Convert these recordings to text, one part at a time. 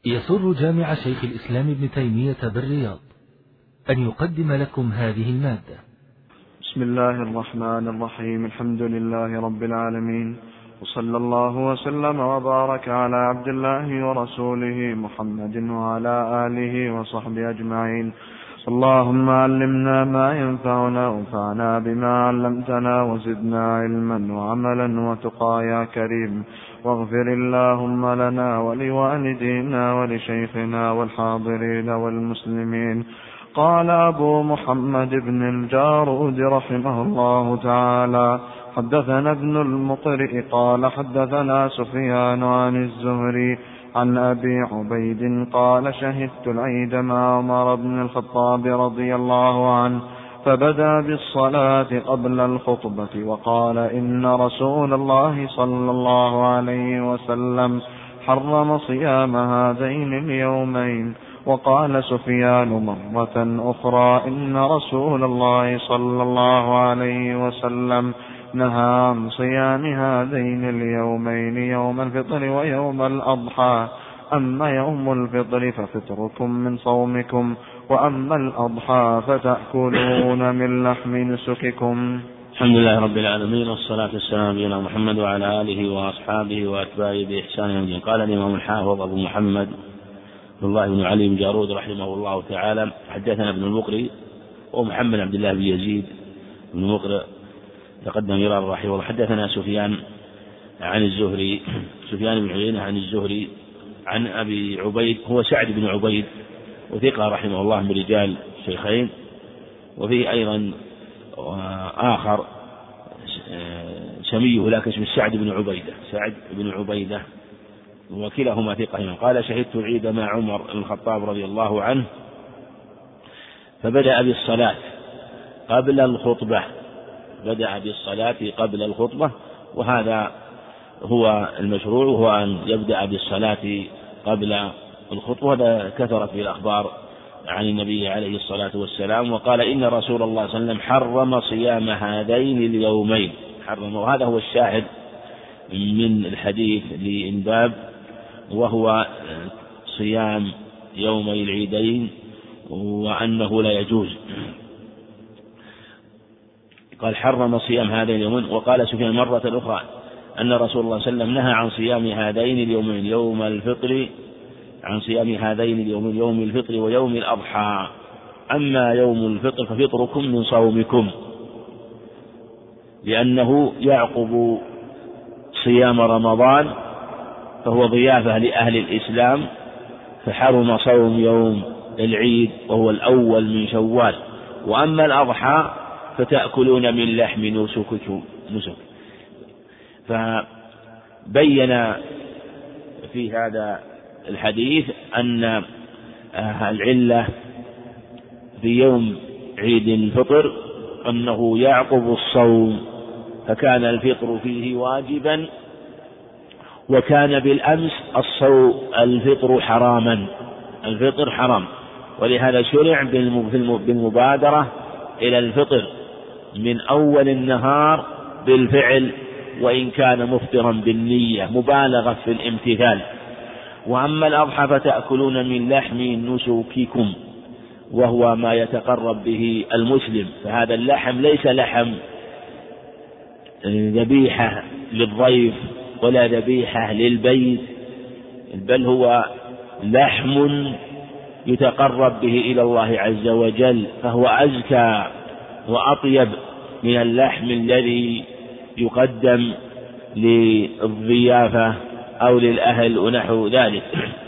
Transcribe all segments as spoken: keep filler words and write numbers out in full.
يسر جامع شيخ الإسلام ابن تيمية بالرياض أن يقدم لكم هذه المادة. بسم الله الرحمن الرحيم. الحمد لله رب العالمين، وصلى الله وسلم وبارك على عبد الله ورسوله محمد وعلى آله وصحبه أجمعين. اللهم علمنا ما ينفعنا وانفعنا بما علمتنا وزدنا علما وعملا وتقى يا كريم. واغفر اللهم لنا ولوالدينا ولشيخنا والحاضرين والمسلمين. قال أبو محمد بن الجارود رحمه الله تعالى: حدثنا ابن المقرئ قال حدثنا سفيان عن الزهري عن أبي عبيد قال: شهدت العيد مع عمر بن الخطاب رضي الله عنه، فبدأ بالصلاة قبل الخطبة وقال: إن رسول الله صلى الله عليه وسلم حرم صيام هذين اليومين. وقال سفيان مرة أخرى: إن رسول الله صلى الله عليه وسلم نهى عن صيام هذين اليومين، يوم الفطر ويوم الأضحى. أما يوم الفطر ففطركم من صومكم، وأما الأضحى فتأكلون من لحم نسككم. الحمد لله رب العالمين، والصلاة والسلام على نبينا محمد وعلى آله وأصحابه وأتباعه بإحسان إلى يوم الدين. قال الإمام الحافظ أبو محمد عبد الله بن علي بن جارود رحمه الله تعالى: حدثنا ابن المقرئ ومحمد عبد الله بن يزيد بن المقرئ تقدم يرى رحمه الله. حدثنا سفيان عن الزهري، سفيان بن عيينة عن الزهري عن أبي عبيد هو سعد بن عبيد، وثقة رحمه الله من رجال الشيخين. وفيه أيضا آخر سميه لكن اسمه سعد بن عبيدة، سعد بن عبيدة، وكلاهما ثقة. قال: شهدت العيد مع عمر بن الخطاب رضي الله عنه، فبدأ بالصلاة قبل الخطبة، بدأ بالصلاة قبل الخطبة، وهذا هو المشروع، وهو أن يبدأ بالصلاة قبل الخطبة. هذا كثرت في الأخبار عن النبي عليه الصلاة والسلام. وقال: إن رسول الله صلى الله عليه وسلم حرم صيام هذين اليومين، حرم، وهذا هو الشاهد من الحديث لإنباب، وهو صيام يومي العيدين، وأنه لا يجوز. قال: حرم صيام هذين اليومين. وقال سفيان مرة أخرى أن رسول الله صلى الله عليه وسلم نهى عن صيام هذين اليومين، يوم الفطر، عن صيام هذين اليومين، يوم الفطر ويوم الأضحى. أما يوم الفطر ففطركم من صومكم، لأنه يعقب صيام رمضان، فهو ضيافة لأهل الإسلام، فحرم صوم يوم العيد وهو الأول من شوال. وأما الأضحى فتأكلون من لحم نسككم. نسك. فبين في هذا الحديث أن العلة في يوم عيد الفطر أنه يعقب الصوم، فكان الفطر فيه واجبا، وكان بالأمس الصوم الفطر حراما، الفطر حرام، ولهذا شرع بالمبادرة إلى الفطر من أول النهار بالفعل، وإن كان مفطرا بالنية، مبالغة في الامتثال. وأما الأضحى فتأكلون من لحم نسككم، وهو ما يتقرب به المسلم، فهذا اللحم ليس لحم ذبيحة للضيف ولا ذبيحة للبيت، بل هو لحم يتقرب به إلى الله عز وجل، فهو أزكى وأطيب من اللحم الذي يقدم للضيافة أو للأهل ونحو ذلك.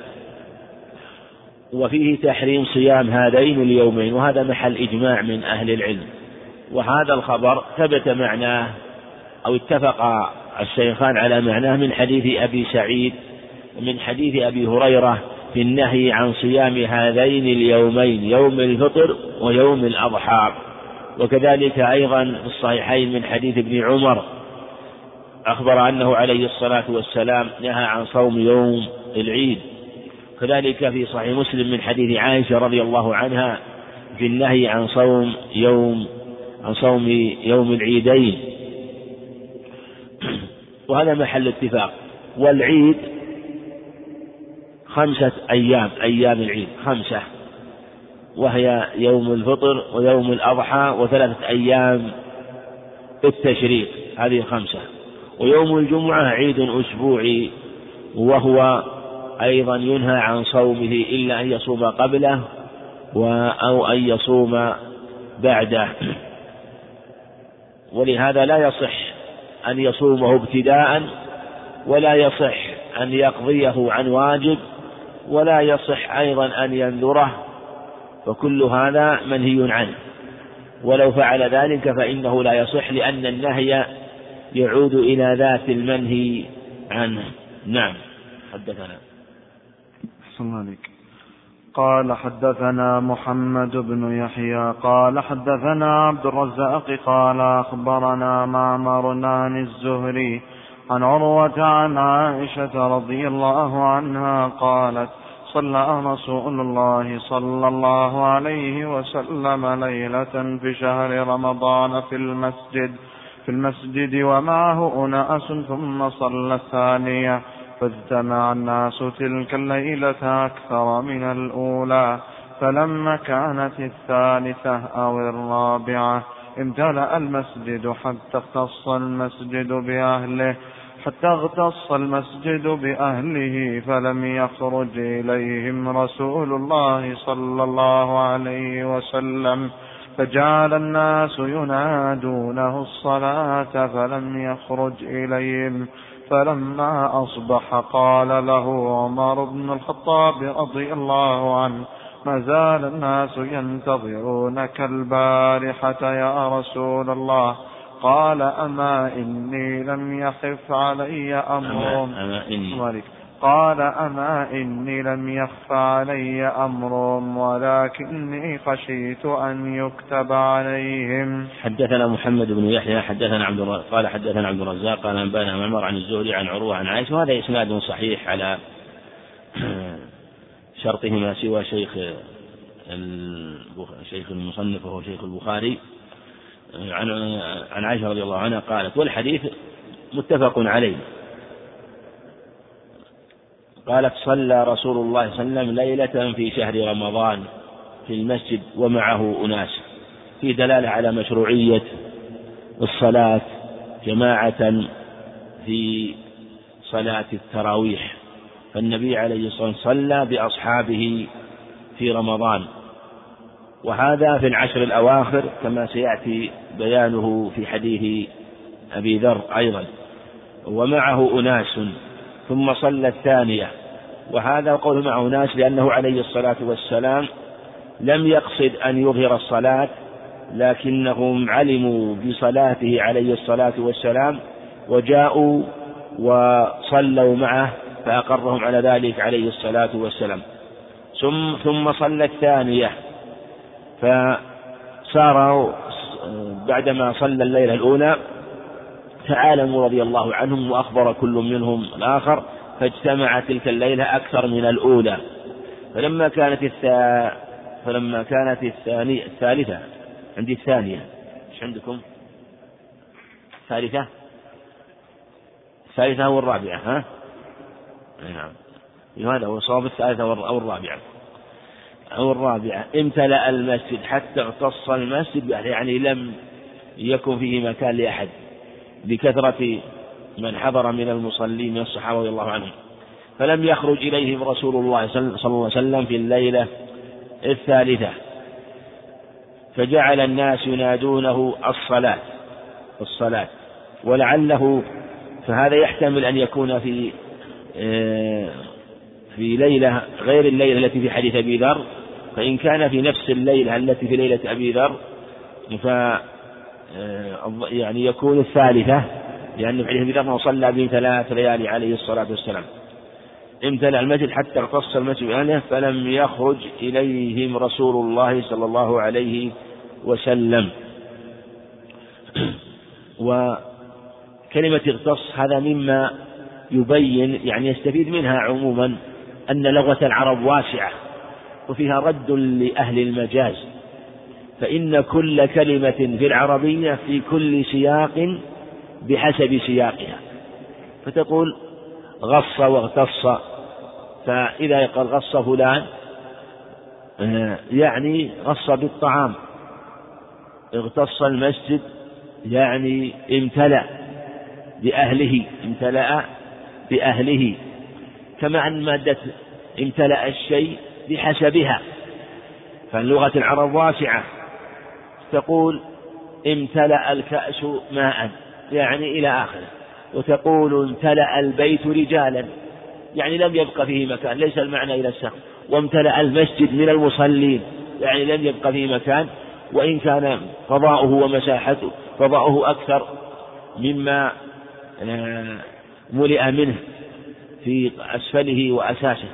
وفيه تحريم صيام هذين اليومين، وهذا محل إجماع من أهل العلم. وهذا الخبر ثبت معناه أو اتفق الشيخان على معناه من حديث أبي سعيد ومن حديث أبي هريرة في النهي عن صيام هذين اليومين، يوم الفطر ويوم الأضحى. وكذلك أيضا في الصحيحين من حديث ابن عمر أخبر أنه عليه الصلاة والسلام نهى عن صوم يوم العيد. كذلك في صحيح مسلم من حديث عائشة رضي الله عنها في النهي عن صوم يوم عن صوم يوم العيدين، وهذا محل اتفاق. والعيد خمسة أيام أيام العيد خمسة، وهي يوم الفطر ويوم الأضحى وثلاثة أيام التشريق، هذه خمسة. ويوم الجمعة عيد أسبوعي، وهو أيضا ينهى عن صومه إلا أن يصوم قبله أو أن يصوم بعده، ولهذا لا يصح أن يصومه ابتداء، ولا يصح أن يقضيه عن واجب، ولا يصح أيضا أن ينذره، فكل هذا منهي عنه. ولو فعل ذلك فإنه لا يصح، لأن النهي يعود إلى ذات المنهي عنه. نعم. حدثنا قال حدثنا محمد بن يحيى قال حدثنا عبد الرزاق قال أخبرنا معمر عن الزهري عن عروة عن عائشة رضي الله عنها قالت صلى رسول الله صلى الله عليه وسلم ليلة في شهر رمضان في المسجد في المسجد ومعه أناس ثم صلى الثانية، فاجتمع الناس تلك الليلة أكثر من الأولى، فلما كانت الثالثة أو الرابعة امتلأ المسجد حتى اختص المسجد بأهله حتى اغتص المسجد بأهله فلم يخرج إليهم رسول الله صلى الله عليه وسلم، فجعل الناس ينادونه الصلاة فلم يخرج إليهم، فلما أصبح قال له عمر بن الخطاب رضي الله عنه ما زال الناس ينتظرونك البارحة يا رسول الله، قال أما إني لم يخف علي أمر قال أما إني لم يخف علي أمر ولكني خشيت أن يكتب عليهم. حدثنا محمد بن يحيى حدثنا عبد الرزاق قال حدثنا عبد الرزاق قال أنبأنا معمر عن الزهري عن عروة عن عائشة، وهذا إسناد صحيح على شرطهما سوى شيخ شيخ المصنف وهو شيخ البخاري عن عن عائشة رضي الله عنها قالت، والحديث متفق عليه. قالت صلى رسول الله صلى الله عليه وسلم ليلة في شهر رمضان في المسجد ومعه أناس، في دلالة على مشروعية الصلاة جماعة في صلاة التراويح، فالنبي عليه الصلاة والسلام صلى بأصحابه في رمضان، وهذا في العشر الأواخر كما سيأتي بيانه في حديث أبي ذر أيضا، ومعه أناس ثم صلى الثانية، وهذا قول معه أناس لأنه عليه الصلاة والسلام لم يقصد أن يظهر الصلاة، لكنهم علموا بصلاته عليه الصلاة والسلام وجاءوا وصلوا معه فأقرهم على ذلك عليه الصلاة والسلام. ثم ثم صلى الثانية، فصاروا بعدما صلى الليلة الأولى تعالوا رضي الله عنهم وأخبر كل منهم الآخر، فاجتمع تلك الليلة أكثر من الأولى، فلما كانت الثا... فلما كانت الثانية الثالثة عندي الثانية إيش عندكم؟ الثالثة الثالثة والرابعة ها؟ نعم هذا هو صواب، الثالثة أو الرابعة أو الرابعة امتلأ المسجد حتى اغتص المسجد، يعني لم يكن فيه مكان لأحد بكثرة من حضر من المصلين من الصحابة رضي الله عنهم، فلم يخرج إليهم رسول الله صلى الله عليه وسلم في الليلة الثالثة، فجعل الناس ينادونه الصلاة الصلاة ولعله فهذا يحتمل أن يكون في في ليلة غير الليلة التي في حديث أبي ذر، فإن كان في نفس الليلة التي في ليلة أبي ذر ف يعني يكون الثالثة، لأنه في حديث أبي ذر صلى به ثلاث ليالي عليه الصلاة والسلام. امتلأ المسجد حتى اغتص المسجد بأهله فلم يخرج إليهم رسول الله صلى الله عليه وسلم. وكلمة اغتص هذا مما يبين يعني يستفيد منها عموما أن لغة العرب واسعة وفيها رد لأهل المجاز، فإن كل كلمة في العربية في كل سياق بحسب سياقها، فتقول غص واغتص فإذا قال غص فلان يعني غص بالطعام، اغتص المسجد يعني امتلأ بأهله، امتلأ بأهله، كما أن مادة امتلأ الشيء بحسبها، فاللغة العرب واسعة، تقول امتلأ الكأس ماء يعني إلى آخره، وتقول امتلأ البيت رجالا يعني لم يبق فيه مكان، ليس المعنى إلى السقف، وامتلأ المسجد من المصلين يعني لم يبق فيه مكان، وإن كان فضاؤه ومساحته فضاؤه أكثر مما ملئ منه في أسفله وأساسه.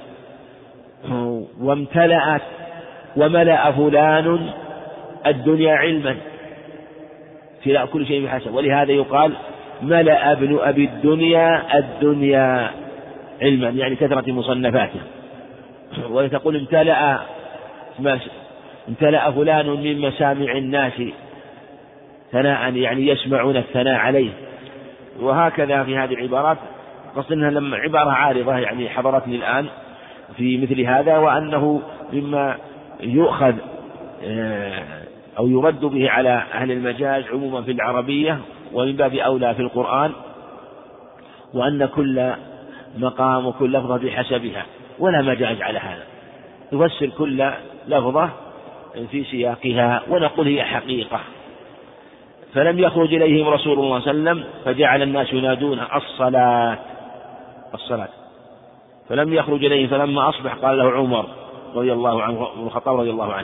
وامتلأت وملأ فلان الدنيا علما، في كل شيء بحسب، ولهذا يقال ملأ ابن أبي الدنيا الدنيا علما يعني كثرة مصنفاته. وتقول امتلأ امتلأ فلان من مسامع الناس ثناء يعني يسمعون الثناء عليه. وهكذا في هذه العبارات، قصد أنها لما عبارة عارضة يعني حضرتني الآن في مثل هذا، وأنه مما يؤخذ أو يرد به على أهل المجاز عموما في العربية، ومن باب أولى في القرآن، وأن كل مقام وكل لفظة بحسبها ولا مجاز على هذا، يفسر كل لفظة في سياقها، ونقول هي حقيقة. فلم يخرج إليهم رسول الله صلى الله عليه وسلم فجعل الناس ينادون الصلاة الصلاة، فلم يخرج إليهم، فلما أصبح قال له عمر رضي الله عنه والخطاب رضي الله عنه.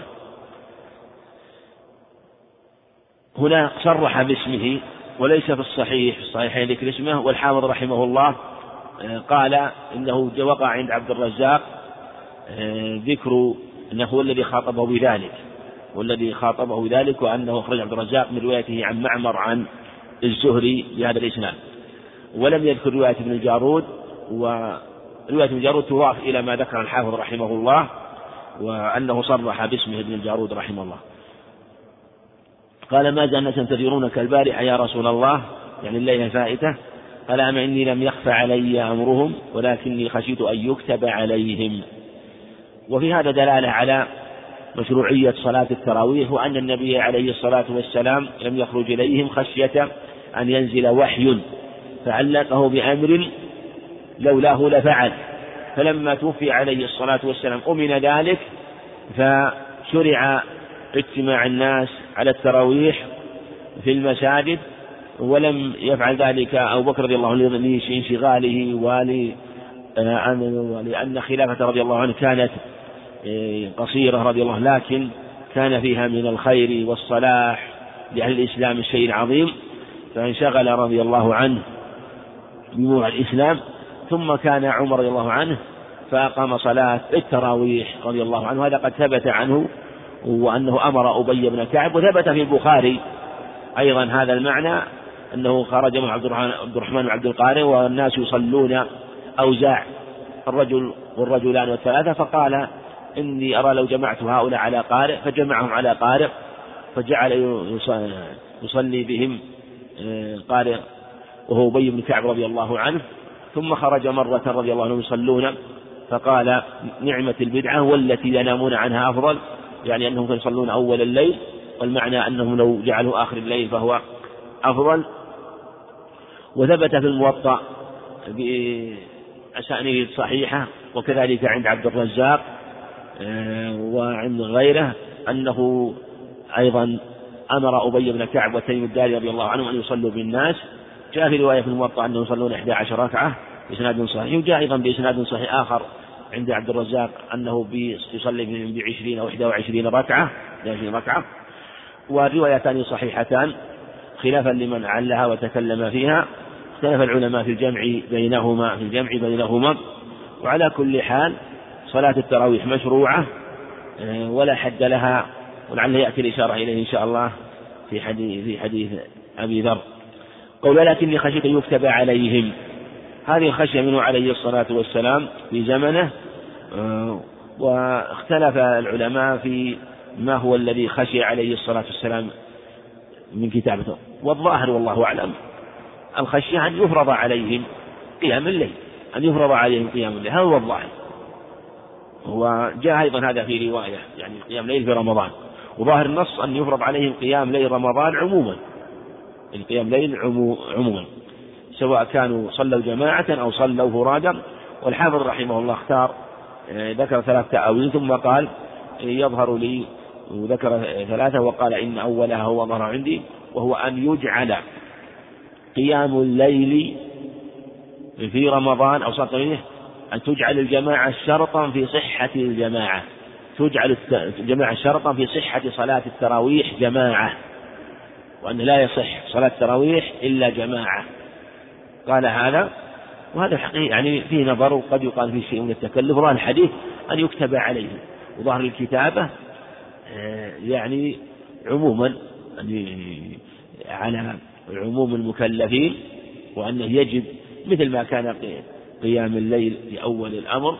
هنا صرح باسمه، وليس في الصحيح في الصحيحين ذكر اسمه، والحافظ رحمه الله قال إنه وقع عند عبد الرزاق ذكر أنه هو الذي خاطبه بذلك والذي خاطبه بذلك وأنه أخرج عبد الرزاق من روايته عن معمر عن الزهري بهذا الإسناد، ولم يذكر رواية ابن الجارود، ورواية ابن الجارود تضاف إلى ما ذكر الحافظ رحمه الله، وأنه صرح باسمه ابن الجارود رحمه الله. قال ما زال الناس ينتظرونك كالبارحة يا رسول الله، يعني الليلة الفائتة، قال أما إني لم يخف علي أمرهم ولكني خشيت أن يكتب عليهم. وفي هذا دلالة على مشروعية صلاة التراويح، وأن النبي عليه الصلاة والسلام لم يخرج إليهم خشية أن ينزل وحي، فعلقه بأمر لولاه لفعل، فلما توفي عليه الصلاة والسلام أمن ذلك، فشرع اجتماع الناس على التراويح في المساجد، ولم يفعل ذلك أبو بكر رضي الله عنه لانشغاله ولأن خلافة رضي الله عنه كانت قصيرة رضي الله عنه، لكن كان فيها من الخير والصلاح لأهل الإسلام الشيء العظيم، فانشغل رضي الله عنه بأمور الإسلام. ثم كان عمر رضي الله عنه فأقام صلاة التراويح رضي الله عنه، هذا قد ثبت عنه، وأنه أمر أبي بن كعب، وثبت في البخاري أيضا هذا المعنى، أنه خرج مع عبد الرحمن وعبد القارئ والناس يصلون أوزاع الرجل والرجلان والثلاثة، فقال إني أرى لو جمعت هؤلاء على قارئ، فجمعهم على قارئ، فجعل يصلي بهم قارئ وهو أبي بن كعب رضي الله عنه. ثم خرج مرة رضي الله عنه يصلون، فقال نعمة البدعة والتي ينامون عنها أفضل، يعني أنهم يصلون أول الليل، والمعنى أنهم لو جعلوا آخر الليل فهو أفضل. وثبت في الموطأ بأسانيد صحيحة، وكذلك عند عبد الرزاق وعند غيره أنه أيضا أمر أبي بن كعب وتيم الداري رضي الله عنهم أن يصلوا بالناس. جاء في رواية في الموطأ أنهم يصلون إحدى عشر ركعة بإسناد صحيح، وجاء أيضا بإسناد صحيح آخر عند عبد الرزاق أنه يصلي بعشرين أو إحدى وعشرين ركعة ركعة والروايتان صحيحتان خلافا لمن علها وتكلم فيها. اختلف العلماء في الجمع بينهما في الجمع بينهما وعلى كل حال صلاة التراويح مشروعة ولا حد لها، ولعل يأتي الإشارة إليه إن شاء الله في حديث في حديث أبي ذر. قول لكني خشيت أن يكتب عليهم، هذه الخشية منه عليه الصلاة والسلام في زمنه، واختلف العلماء في ما هو الذي خشي عليه الصلاة والسلام من كتابته، والظاهر والله أعلم الخشية أن يفرض عليهم قيام الليل، أن يفرض عليهم قيام الليل، هذا هو الظاهر، وجاء أيضا هذا في رواية يعني قيام ليل في رمضان، وظاهر النص أن يفرض عليهم قيام ليل رمضان عموما، القيام ليل عموما سواء كانوا صلوا جماعة أو صلوا فرادا. والحافظ رحمه الله اختار ذكر ثلاثة تأويل ثم قال يظهر لي، وذكر ثلاثة وقال إن أولها هو ظهر عندي، وهو أن يجعل قيام الليل في رمضان أو صلاة أن تجعل الجماعة شرطا في صحة الجماعة، تجعل الجماعة شرطا في صحة صلاة التراويح جماعة، وأن لا يصح صلاة التراويح إلا جماعة. قال هذا، وهذا حقيقي يعني فيه نظر، وقد يقال فيه شيء من التكلف، وظاهر الحديث أن يكتب عليه، وظاهر الكتابة يعني عموما على عموم المكلفين، وأنه يجب مثل ما كان قيام الليل في أول الأمر.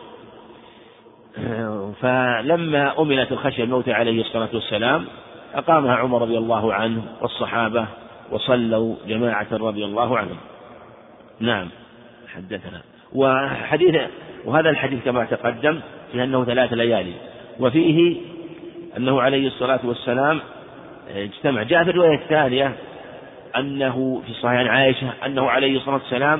فلما أمنت الخشية الموت عليه الصلاة والسلام أقامها عمر رضي الله عنه والصحابة وصلوا جماعة رضي الله عنهم. نعم حدثنا. وحديث وهذا الحديث كما تقدم في أنه ثلاث ليالي، وفيه أنه عليه الصلاة والسلام اجتمع. جاء في الرواية الثانية أنه في صحيح عائشة أنه عليه الصلاة والسلام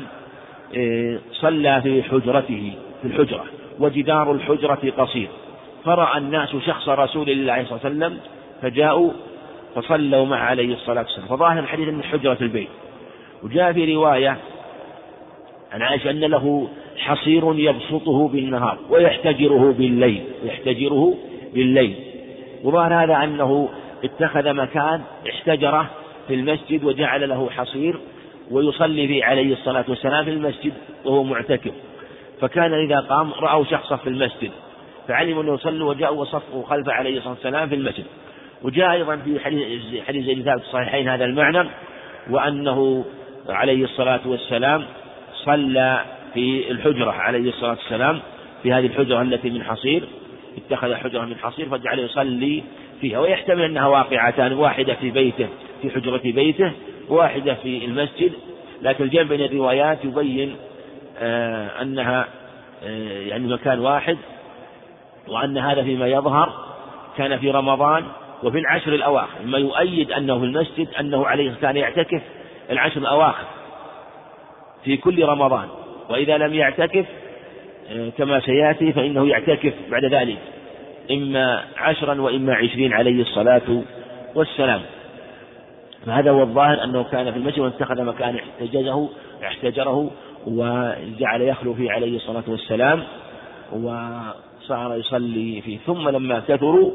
صلى في حجرته في الحجرة، وجدار الحجرة قصير، فرأى الناس شخص رسول الله صلى الله عليه وسلم فجاءوا فصلوا مع عليه الصلاة والسلام، فظاهر الحديث من حجرة البيت. وجاء في رواية عن عائشة أن له حصير يبسطه بالنهار ويحتجره بالليل يحتجره بالليل وظاهر هذا أنه اتخذ مكان احتجره في المسجد وجعل له حصير ويصلي فيه عليه الصلاة والسلام في المسجد وهو معتكف، فكان إذا قام رأوا شخصا في المسجد فعلموا أنه يصلوا وجاءوا وصفوا خلف عليه الصلاة والسلام في المسجد. وجاء أيضا في حديث حديث زيد ثابت الصحيحين هذا المعنى، وأنه عليه الصلاة والسلام صلى في الحجرة عليه الصلاة والسلام في هذه الحجرة التي من حصير، اتخذ حجرة من حصير فجعل يصلي فيها. ويحتمل أنها واقعتان، واحدة في بيته في حجرة بيته وواحدة في المسجد، لكن الجمع بين الروايات يبين آه أنها آه يعني مكان واحد، وأن هذا فيما يظهر كان في رمضان وفي العشر الأواخر، ما يؤيد أنه في المسجد أنه عليه كان يعتكف العشر الأواخر في كل رمضان، وإذا لم يعتكف كما سيأتي فإنه يعتكف بعد ذلك إما عشرا وإما عشرين عليه الصلاة والسلام. فهذا هو الظاهر أنه كان في المسجد واتخذ مكان احتجزه احتجره وجعل يخلو فيه عليه الصلاة والسلام وصار يصلي فيه. ثم لما كثروا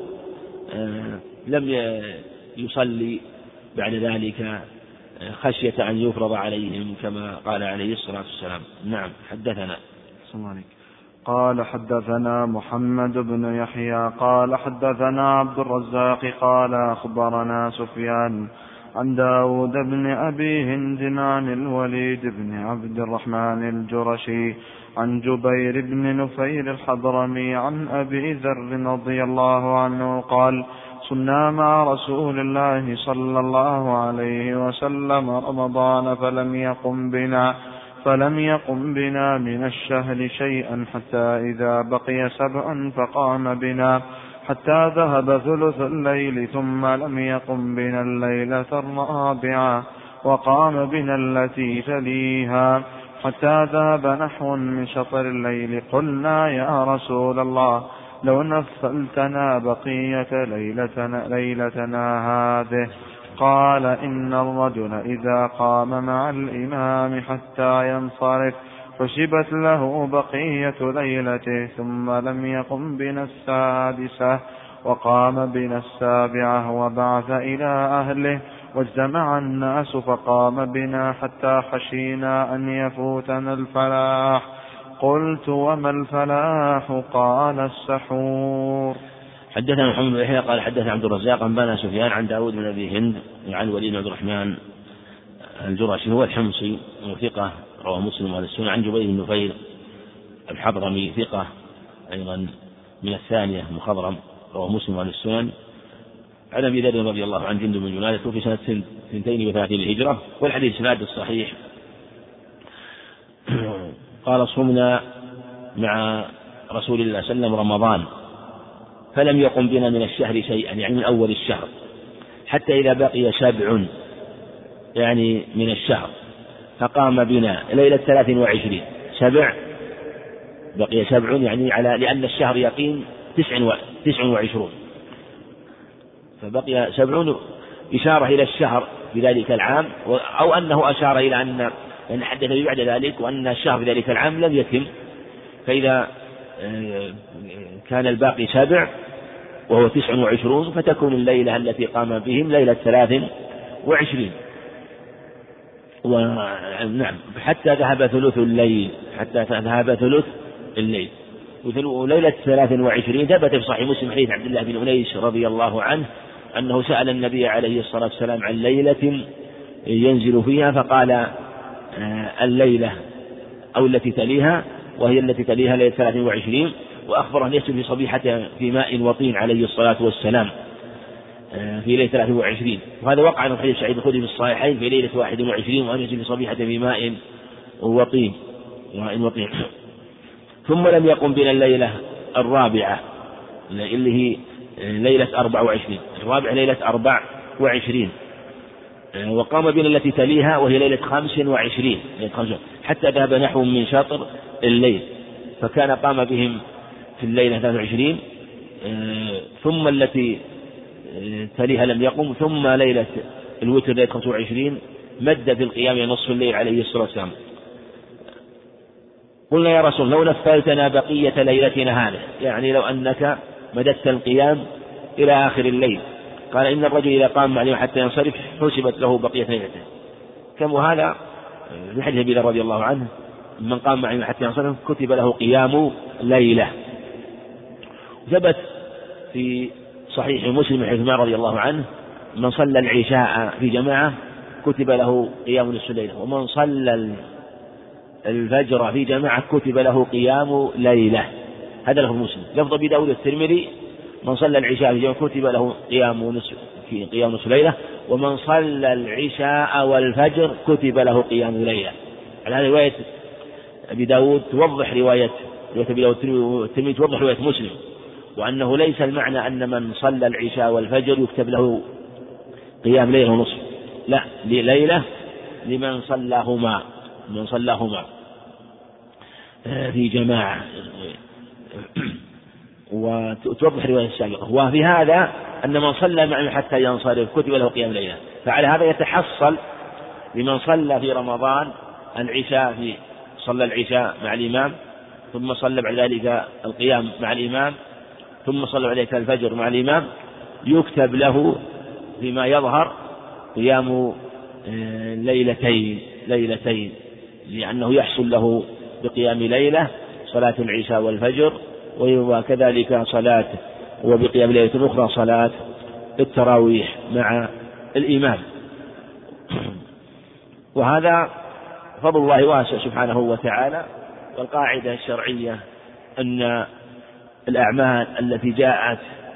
لم يصلي بعد ذلك خشية أن يفرض عليهم كما قال عليه الصلاة والسلام. نعم حدثنا. قال حدثنا محمد بن يحيى قال حدثنا عبد الرزاق قال أخبرنا سفيان عن داود بن أبي هند عن الوليد بن عبد الرحمن الجرشي عن جبير بن نفير الحضرمي عن أبي ذر رضي الله عنه قال صلنا مع رسول الله صلى الله عليه وسلم رمضان فلم يقم بنا فلم يقم بنا من الشهر شيئا حتى إذا بقي سبعا فقام بنا حتى ذهب ثلث الليل ثم لم يقم بنا الليلة الرابعة وقام بنا التي تليها حتى ذهب نحو من شطر الليل. قلنا يا رسول الله لو نفلتنا بقية ليلتنا, ليلتنا هذه. قال إن الرجل إذا قام مع الإمام حتى ينصرف حسبت له بقية ليلته ثم لم يقم بنا السادسة وقام بنا السابعة وبعث إلى أهله واجتمع الناس فقام بنا حتى خشينا أن يفوتنا الفلاح. قلت وما الفلاح؟ قال السحور. حدثنا محمد بن يحيى قال حدثنا عبد الرزاق عن بني سفيان عن داود بن أبي هند عن الوليد بن عبد الرحمن الجرشي هو الحمصي وثقة رواه مسلم وأهل السنة عن جبير بن نفير الحضرمي ثقة أيضا من الثانية مخضرم رواه مسلم وأهل السنن عن أبي ذر رضي الله عنه جندب بن جنادة في سنة اثنتين وثلاثين للهجرة والحديث سناد الصحيح. قال صمنا مع رسول الله صلى الله عليه وسلم رمضان فلم يقم بنا من الشهر شيئا، يعني من أول الشهر، حتى إذا بقي سبع يعني من الشهر فقام بنا ليلة ثلاث وعشرين، سبع بقي سبع يعني على لأن الشهر يقيم تسع وعشرون، فبقي سبع إشارة إلى الشهر بذلك العام، أو أنه أشار إلى أن أن حدث بعد ذلك وأن الشهر في ذلك العام لم يتم، فإذا كان الباقي سبع وهو تسع وعشرون فتكون الليلة التي قام بهم ليلة ثلاث وعشرين. ونعم حتى ذهب ثلث الليل، حتى ذهب ثلث الليل. وليلة ثلاث وعشرين ثبت في صحيح مسلم حديث عبد الله بن أنيس رضي الله عنه أنه سأل النبي عليه الصلاة والسلام عن ليلة ينزل فيها فقال الليلة أو التي تليها، وهي التي تليها ليلة ثلاث وعشرين، وأخبر أن يسجد في صبيحة في ماء وطين عليه الصلاة والسلام في ليلة ثلاث وعشرين، وهذا وقع عن حديث سعيد الخدري في الصحيحين في ليلة واحد وعشرين، وأن يسجد في صبيحة في ماء وطين ماء وطين. ثم لم يقم بنا الليلة الرابعة اللي هي ليلة أربع وعشرين، الرابعة ليلة أربع وعشرين، وقام بنا التي تليها وهي ليلة خمس وعشرين حتى ذهب نحو من شاطر الليل، فكان قام بهم في الليلة ثلاث وعشرين، ثم التي تليها لم يقم، ثم ليلة الوتر ليلة خمس وعشرين مد في القيام نصف الليل عليه الصلاة والسلام. قلنا يا رسول لو نفلتنا بقية ليلتنا هذا، يعني لو أنك مددت القيام إلى آخر الليل. قال إن الرجل إذا قام معي حتى ينصرف حسبت له بقية ليلته، كم هذا في حديث أبي ذر رضي الله عنه من قام معي حتى ينصرف كتب له قيام ليلة. ثبت في صحيح مسلم حديث عمر رضي الله عنه من صلى العشاء في جماعة كتب له قيام نصف الليلة، ومن صلى الفجر في جماعة كتب له قيام ليلة. هذا لفظ مسلم. لفظ أبي داود الترمذي من صلى العشاء في جماعة كتب له قيام نصف في قيام نصف ليلة، ومن صلى العشاء والفجر كتب له قيام ليلة. على هذه رواية أبي داود توضح رواية رواية أبي داود الترمذي توضح رواية مسلم، وأنه ليس المعنى أن من صلى العشاء والفجر يكتب له قيام ليلة ونصف، لا، ليلة لمن صلاهما من صلاهما في جماعة. وتوضح رواية السابقة. وفي هذا أن من صلى معه حتى ينصرف كتب له قيام ليلة، فعلى هذا يتحصل لمن صلى في رمضان العشاء في صلى العشاء مع الإمام، ثم صلى بعد ذلك القيام مع الإمام، ثم صلى بعد ذلك الفجر مع الإمام، يكتب له فيما يظهر قيام ليلتين ليلتين لأنه يحصل له بقيام ليلة صلاة العشاء والفجر، وكذلك صلاة وبقيام ليلة أخرى صلاة التراويح مع الإمام. وهذا فضل الله واسع سبحانه وتعالى. والقاعدة الشرعية أن الأعمال التي جاءت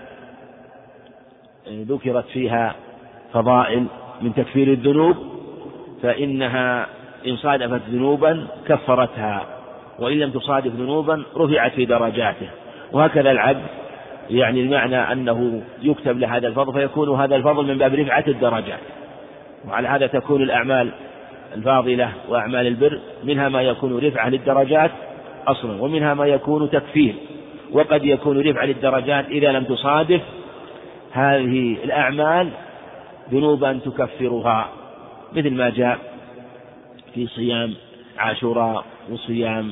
ذكرت فيها فضائل من تكفير الذنوب فإنها إن صادفت ذنوبا كفرتها، وإن لم تصادف ذنوبا رفعت في درجاته. وهكذا العبد، يعني المعنى أنه يكتب لهذا الفضل فيكون هذا الفضل من باب رفعة الدرجات. وعلى هذا تكون الأعمال الفاضلة وأعمال البر منها ما يكون رفعة للدرجات أصلا، ومنها ما يكون تكفير، وقد يكون رفعة للدرجات إذا لم تصادف هذه الأعمال ذنوبا تكفرها، مثل ما جاء في صيام عاشوراء وصيام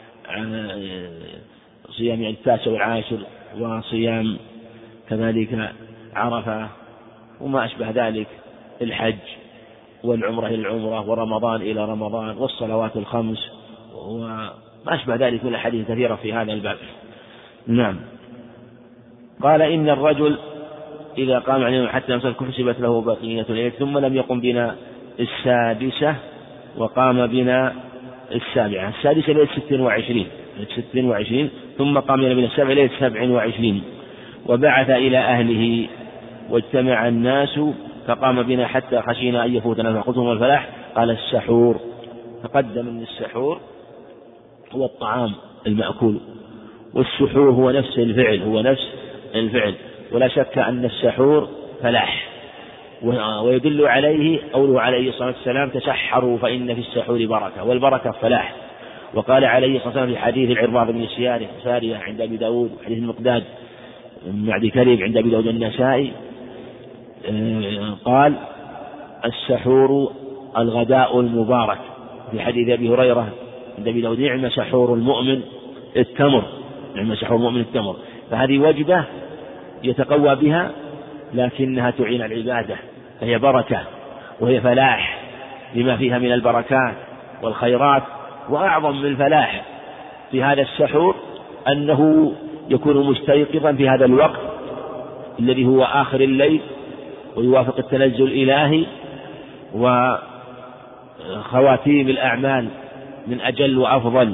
صيام التاسع والعاشر وصيام كذلك عرفة وما أشبه ذلك، الحج والعمرة إلى العمرة ورمضان إلى رمضان والصلوات الخمس وما أشبه ذلك من الحديث كثيرة في هذا الباب. نعم. قال إن الرجل إذا قام علينا حتى ينصرف حسبت له بقية الليل، ثم لم يقم بنا السادسة وقام بنا السابعة. السادسة ليلة ست وعشرين ست وعشرين ثم قام بنا السابعة ليلة سبع وعشرين. وبعث إلى أهله واجتمع الناس فقام بنا حتى خشينا أن يفوتنا، فقلتم الفلاح؟ قال السحور. تقدم من السحور هو الطعام المأكول، والسحور هو نفس الفعل هو نفس الفعل ولا شك أن السحور فلاح. ويدل عليه قوله عليه الصلاة والسلام تسحروا فإن في السحور بركة، والبركة فلاح. وقال عليه الصلاة والسلام في حديث العرباض بن سارية عند أبي داود وحديث المقداد بن معدي كريب عند أبي داود النسائي قال السحور الغداء المبارك. في حديث أبي هريرة عند أبي داود نعم سحور المؤمن التمر نعم سحور المؤمن التمر. فهذه وجبة يتقوى بها لكنها تعين العبادة، فهي بركة وهي فلاح لما فيها من البركات والخيرات. وأعظم من الفلاح في هذا السحور أنه يكون مستيقظا في هذا الوقت الذي هو آخر الليل ويوافق التنزل الإلهي وخواتيم الأعمال من أجل وأفضل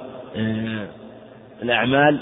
الأعمال.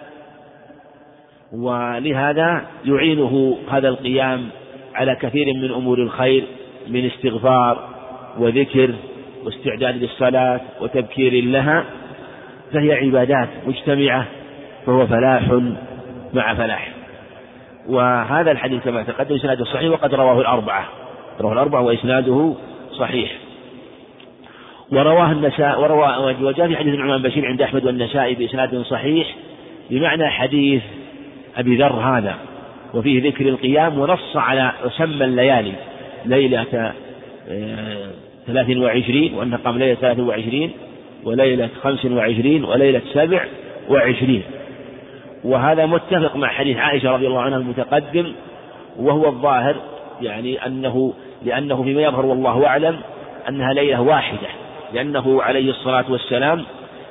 ولهذا يعينه هذا القيام على كثير من أمور الخير من استغفار وذكر واستعداد للصلاة وتبكير لها، فهي عبادات مجتمعة، فهو فلاح مع فلاح. وهذا الحديث كما تقدم إسناده صحيح، وقد رواه الأربعة رواه الأربعة وإسناده صحيح. ورواه النساء ورواه وجاء في حديث النعمان بن بشير عند أحمد والنسائي بإسناد صحيح بمعنى حديث أبي ذر هذا، وفيه ذكر القيام ونص على وسمى الليالي ليلة ثلاث وعشرين وأن قام ليلة ثلاث وعشرين وليلة خمس وعشرين وليلة سبع وعشرين. وهذا متفق مع حديث عائشة رضي الله عنها المتقدم، وهو الظاهر يعني أنه لأنه فيما يظهر والله أعلم أنها ليلة واحدة، لأنه عليه الصلاة والسلام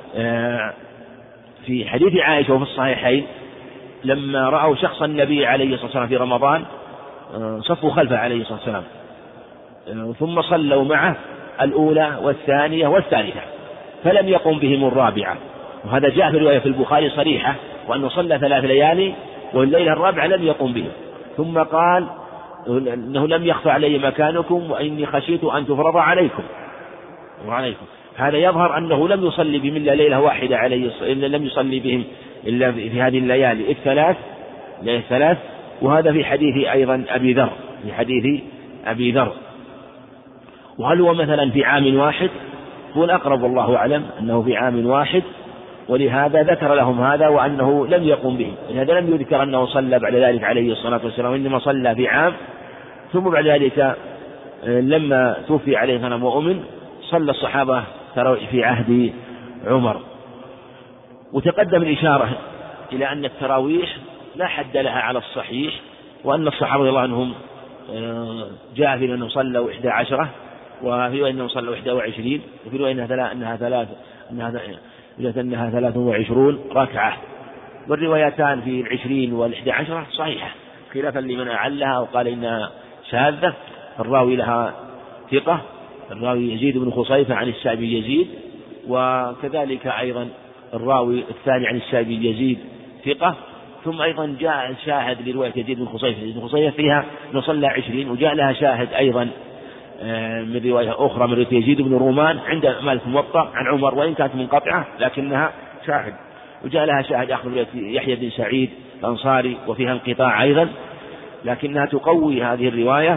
في حديث عائشة وفي الصحيحين لما رأوا شخص النبي عليه الصلاة والسلام في رمضان صفوا خلفه عليه الصلاة والسلام ثم صلوا معه الأولى والثانية والثالثة فلم يقم بهم الرابعة. وهذا جاء في رواية في البخاري صريحة وأنه صلى ثلاث ليالي والليلة الرابعة لم يقم بهم، ثم قال إنه لم يخفى علي مكانكم وإني خشيت أن تفرض عليكم وعليكم. هذا يظهر أنه لم يصلي بهم إلا ليلة واحدة عليه إلا لم يصلي بهم إلا في هذه الليالي الثلاث ليالي الثلاث. وهذا في حديث أيضا أبي ذر في حديث أبي ذر. وهل هو مثلا في عام واحد؟ هو الأقرب والله أعلم أنه في عام واحد، ولهذا ذكر لهم هذا وأنه لم يقم به، لهذا لم يذكر أنه صلى بعد ذلك عليه الصلاة والسلام، إنما صلى في عام ثم بعد ذلك لما توفي عليه غنم وأمن صلى الصحابة في عهد عمر. وتقدم الإشارة إلى أن التراويح لا حد لها على الصحيح، وأن الصحابة رضي الله عنهم جاء في أنهم صلوا إحدى عشرة، وفي رواية أنهم صلوا إحدى وعشرين، وفي رواية أنها ثلاث أنها أنها ثلاث وعشرون ركعة. والروايتان في العشرين والإحدى عشرة صحيحة، خلافا لمن أعلها وقال إنها شاذة. الراوي لها ثقة، الراوي يزيد بن خصيفة عن الشعبي يزيد، وكذلك أيضا الراوي الثاني عن الشعبي يزيد ثقة. ثم أيضا جاء شاهد لرواية يزيد بن خصيفة يزيد بن خصيفة فيها أنه صلى عشرين، وجاء لها شاهد أيضا من رواية أخرى من رواية يزيد بن رومان عند مالك موطأ عن عمر، وإن كانت منقطعة لكنها شاهد. وجاء لها شاهد آخر رواية يحيى بن سعيد الأنصاري وفيها انقطاع أيضا، لكنها تقوي هذه الرواية.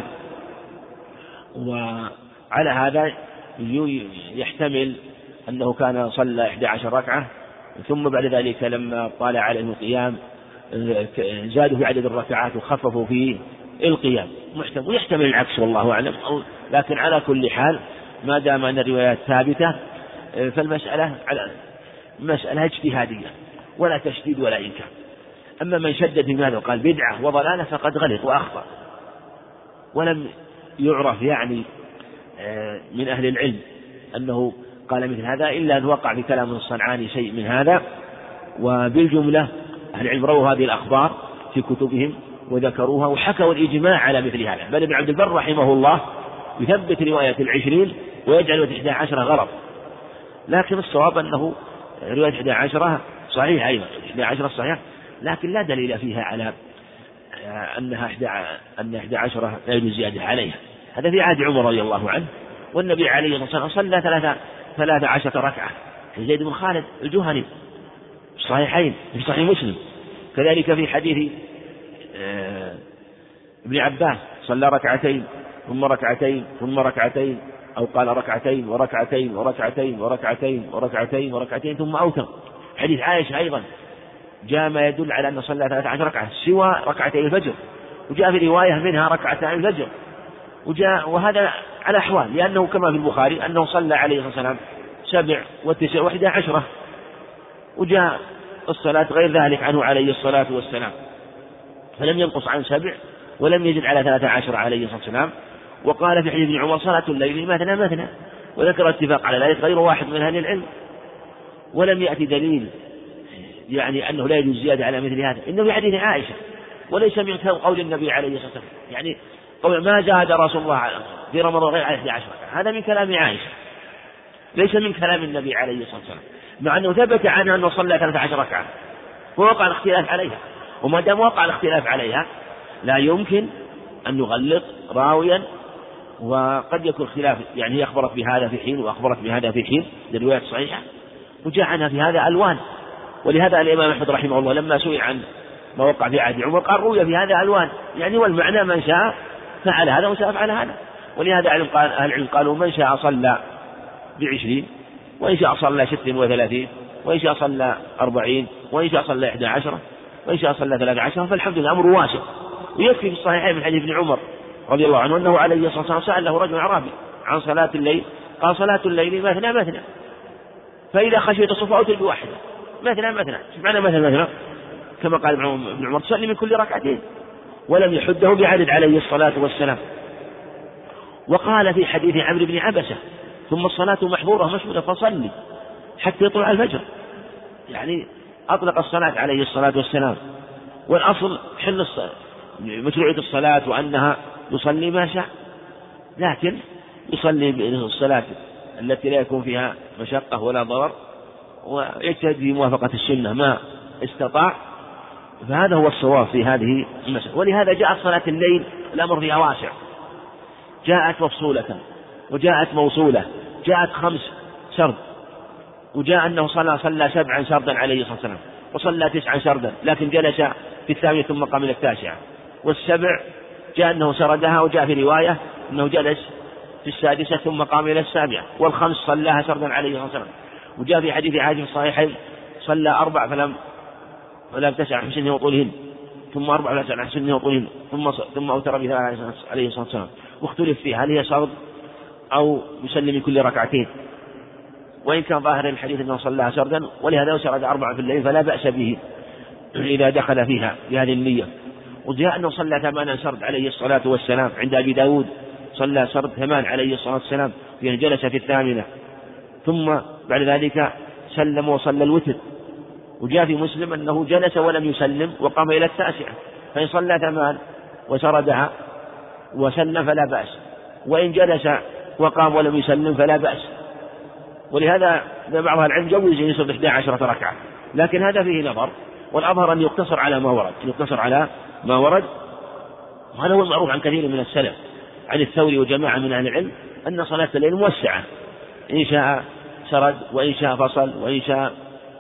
وعلى هذا يحتمل أنه كان صلى إحدى عشر ركعة، ثم بعد ذلك لما طال عليهم القيام زادوا في عدد الركعات وخففوا في القيام، ويحتمل العكس والله أعلم. لكن على كل حال ما دام أن الروايات ثابتة فالمسألة على مسألة اجتهادية ولا تشديد ولا إنكار. أما من شدد في هذا وقال بدعة وضلالة فقد غلط وأخطأ، ولم يعرف يعني من أهل العلم أنه قال مثل هذا إلا أن وقع في كلام الصنعاني شيء من هذا. وبالجملة أهل العلم رووا هذه الأخبار في كتبهم وذكروها وحكوا الإجماع على مثل هذا، بل ابن عبد البر رحمه الله يثبت رواية العشرين ويجعل إحدى عشرة غلط، لكن الصواب أنه رواية إحدى عشرة صحيح أيضا إحدى عشرة صحيح، لكن لا دليل فيها على أنها أن إحدى عشرة لا يجوز زيادة عليها. هذا في عهد عمر رضي الله عنه، والنبي عليه الصلاة والسلام صلى ثلاثة ثلاثة عشرة ركعة. زيد بن خالد الجهني الصحيحين في صحيح مسلم. كذلك في حديث ابن عباس صلى ركعتين ثم ركعتين ثم ركعتين، أو قال ركعتين وركعتين وركعتين وركعتين وركعتين وركعتين ثم أوتر. حديث عائشة أيضا جاء ما يدل على أن صلى ثلاث عشر ركعة سوى ركعتي الفجر، وجاء في رواية منها ركعتي الفجر، وجاء وهذا على أحوال، لأنه كما في البخاري أنه صلى عليه الصلاة والسلام سبع وتسع وإحدى عشرة، وجاء الصلاة غير ذلك عنه عليه الصلاة والسلام، فلم ينقص عن سبع ولم يزد على ثلاثة عشر عليه الصلاة والسلام. وقال في حديث ابن عمر صلاة الليل مثنى مثنى، وذكر اتفاق على ذلك غير واحد من أهل العلم، ولم يأتي دليل يعني أنه لا يجوز زيادة على مثل هذا، إنه في حديث عائشة وليس من قول النبي عليه الصلاة والسلام، يعني قول ما زاد رسول الله في رمضان غير على إحدى عشر، هذا من كلام عائشة ليس من كلام النبي عليه الصلاة والسلام، مع أنه ثبت عنه أنه صلى ثلاثة عشر ركعة ووقع الاختلاف عليها، وما دام وقع الاختلاف عليها لا يمكن أن نغلط راويا، وقد يكون خلاف، يعني هي أخبرت بهذا في حين وأخبرت بهذا في حين للروايات الصحيحة، وجاء عنها في هذا ألوان. ولهذا الإمام أحمد رحمه الله لما سئل عن ما وقع في عهد عمر قال روي في هذا ألوان، يعني والمعنى من شاء فعل هذا وشاء فعل هذا. ولهذا أهل العلم قالوا من شاء صلى بعشرين، وإن شاء صلى ست وثلاثين، وإن شاء صلى أربعين، وإن شاء صلى إحدى عشرة، وإن شاء صلى ثلاث عشرة، فالحمد لله أمر واسع. ويكفي في الصحيحين من حديث ابن عمر رضي الله عنه أنه عليه الصلاة والسلام سأله رجل أعرابي عن صلاة الليل، قال صلاة الليل مثنى مثنى، فإذا خشيت الصبح أوتر بواحدة، مثنى مثنى. شوف معنى مثنى مثنى؟ كما قال ابن عمر تصلي من كل ركعتين، ولم يحده بعدد عليه الصلاة والسلام. وقال في حديث عمرو بن عبسة ثم الصلاة محظورة مشهودة فصلي حتى يطلع الفجر، يعني أطلق الصلاة عليه الصلاة والسلام. والأصل حل الصلاة مشروعية الصلاة وأنها يصلي ما شاء، لكن يصلي الصلاة التي لا يكون فيها مشقة ولا ضرر، ويجتهد في موافقة السنة ما استطاع، فهذا هو الصواب في هذه المسألة. ولهذا جاءت صلاة الليل الأمر فيها واسع، جاءت مفصولة وجاءت موصولة، جاءت خمس سرد، وجاء أنه صلى صلى سبعا سردا عليه الصلاة والسلام، وصلى تسعا سردا لكن جلس في الثامنة ثم قام إلى التاسعة. والسبع جاء أنه سردها، وجاء في رواية أنه جلس في السادسة ثم قام إلى السابعة. والخمس صلاها سردا عليه الصلاة والسلام. وجاء في حديث عائشة الصحيحين صلى أربع فلم فلم تسع حسنه وطولهن، ثم أربع فلم تسع حسنه وطولهن، ثم ثم أوتر بثلاث عليه الصلاة والسلام. واختلف فيه هل هي سرد أو يسلم من كل ركعتين، وإن كان ظاهر الحديث أنه صلاها سردا، ولهذا سرد أربعة في الليل فلا بأس به إذا دخل فيها بهذه النية. وجاء أنه صلى ثمانا سرد عليه الصلاة والسلام عند أبي داود، صلى سرد ثمان عليه الصلاة والسلام، يعني جلس في الثامنة ثم بعد ذلك سلم وصلى الوتر. وجاء في مسلم أنه جلس ولم يسلم وقام إلى التاسعة، فإن صلى ثمان وسردها وسلم فلا بأس، وإن جلس وقام ولم يسلم فلا بأس. ولهذا بعض العلم جوز يصل إحدى عشرة ركعة، لكن هذا فيه نظر، والأظهر أن يقتصر على ما ورد، أن يقتصر على ما ورد. وهذا هو المعروف عن كثير من السلف، عن الثوري وجماعة من أهل العلم، أن صلاة الليل موسعة، إن شاء سرد وإن شاء فصل وإن شاء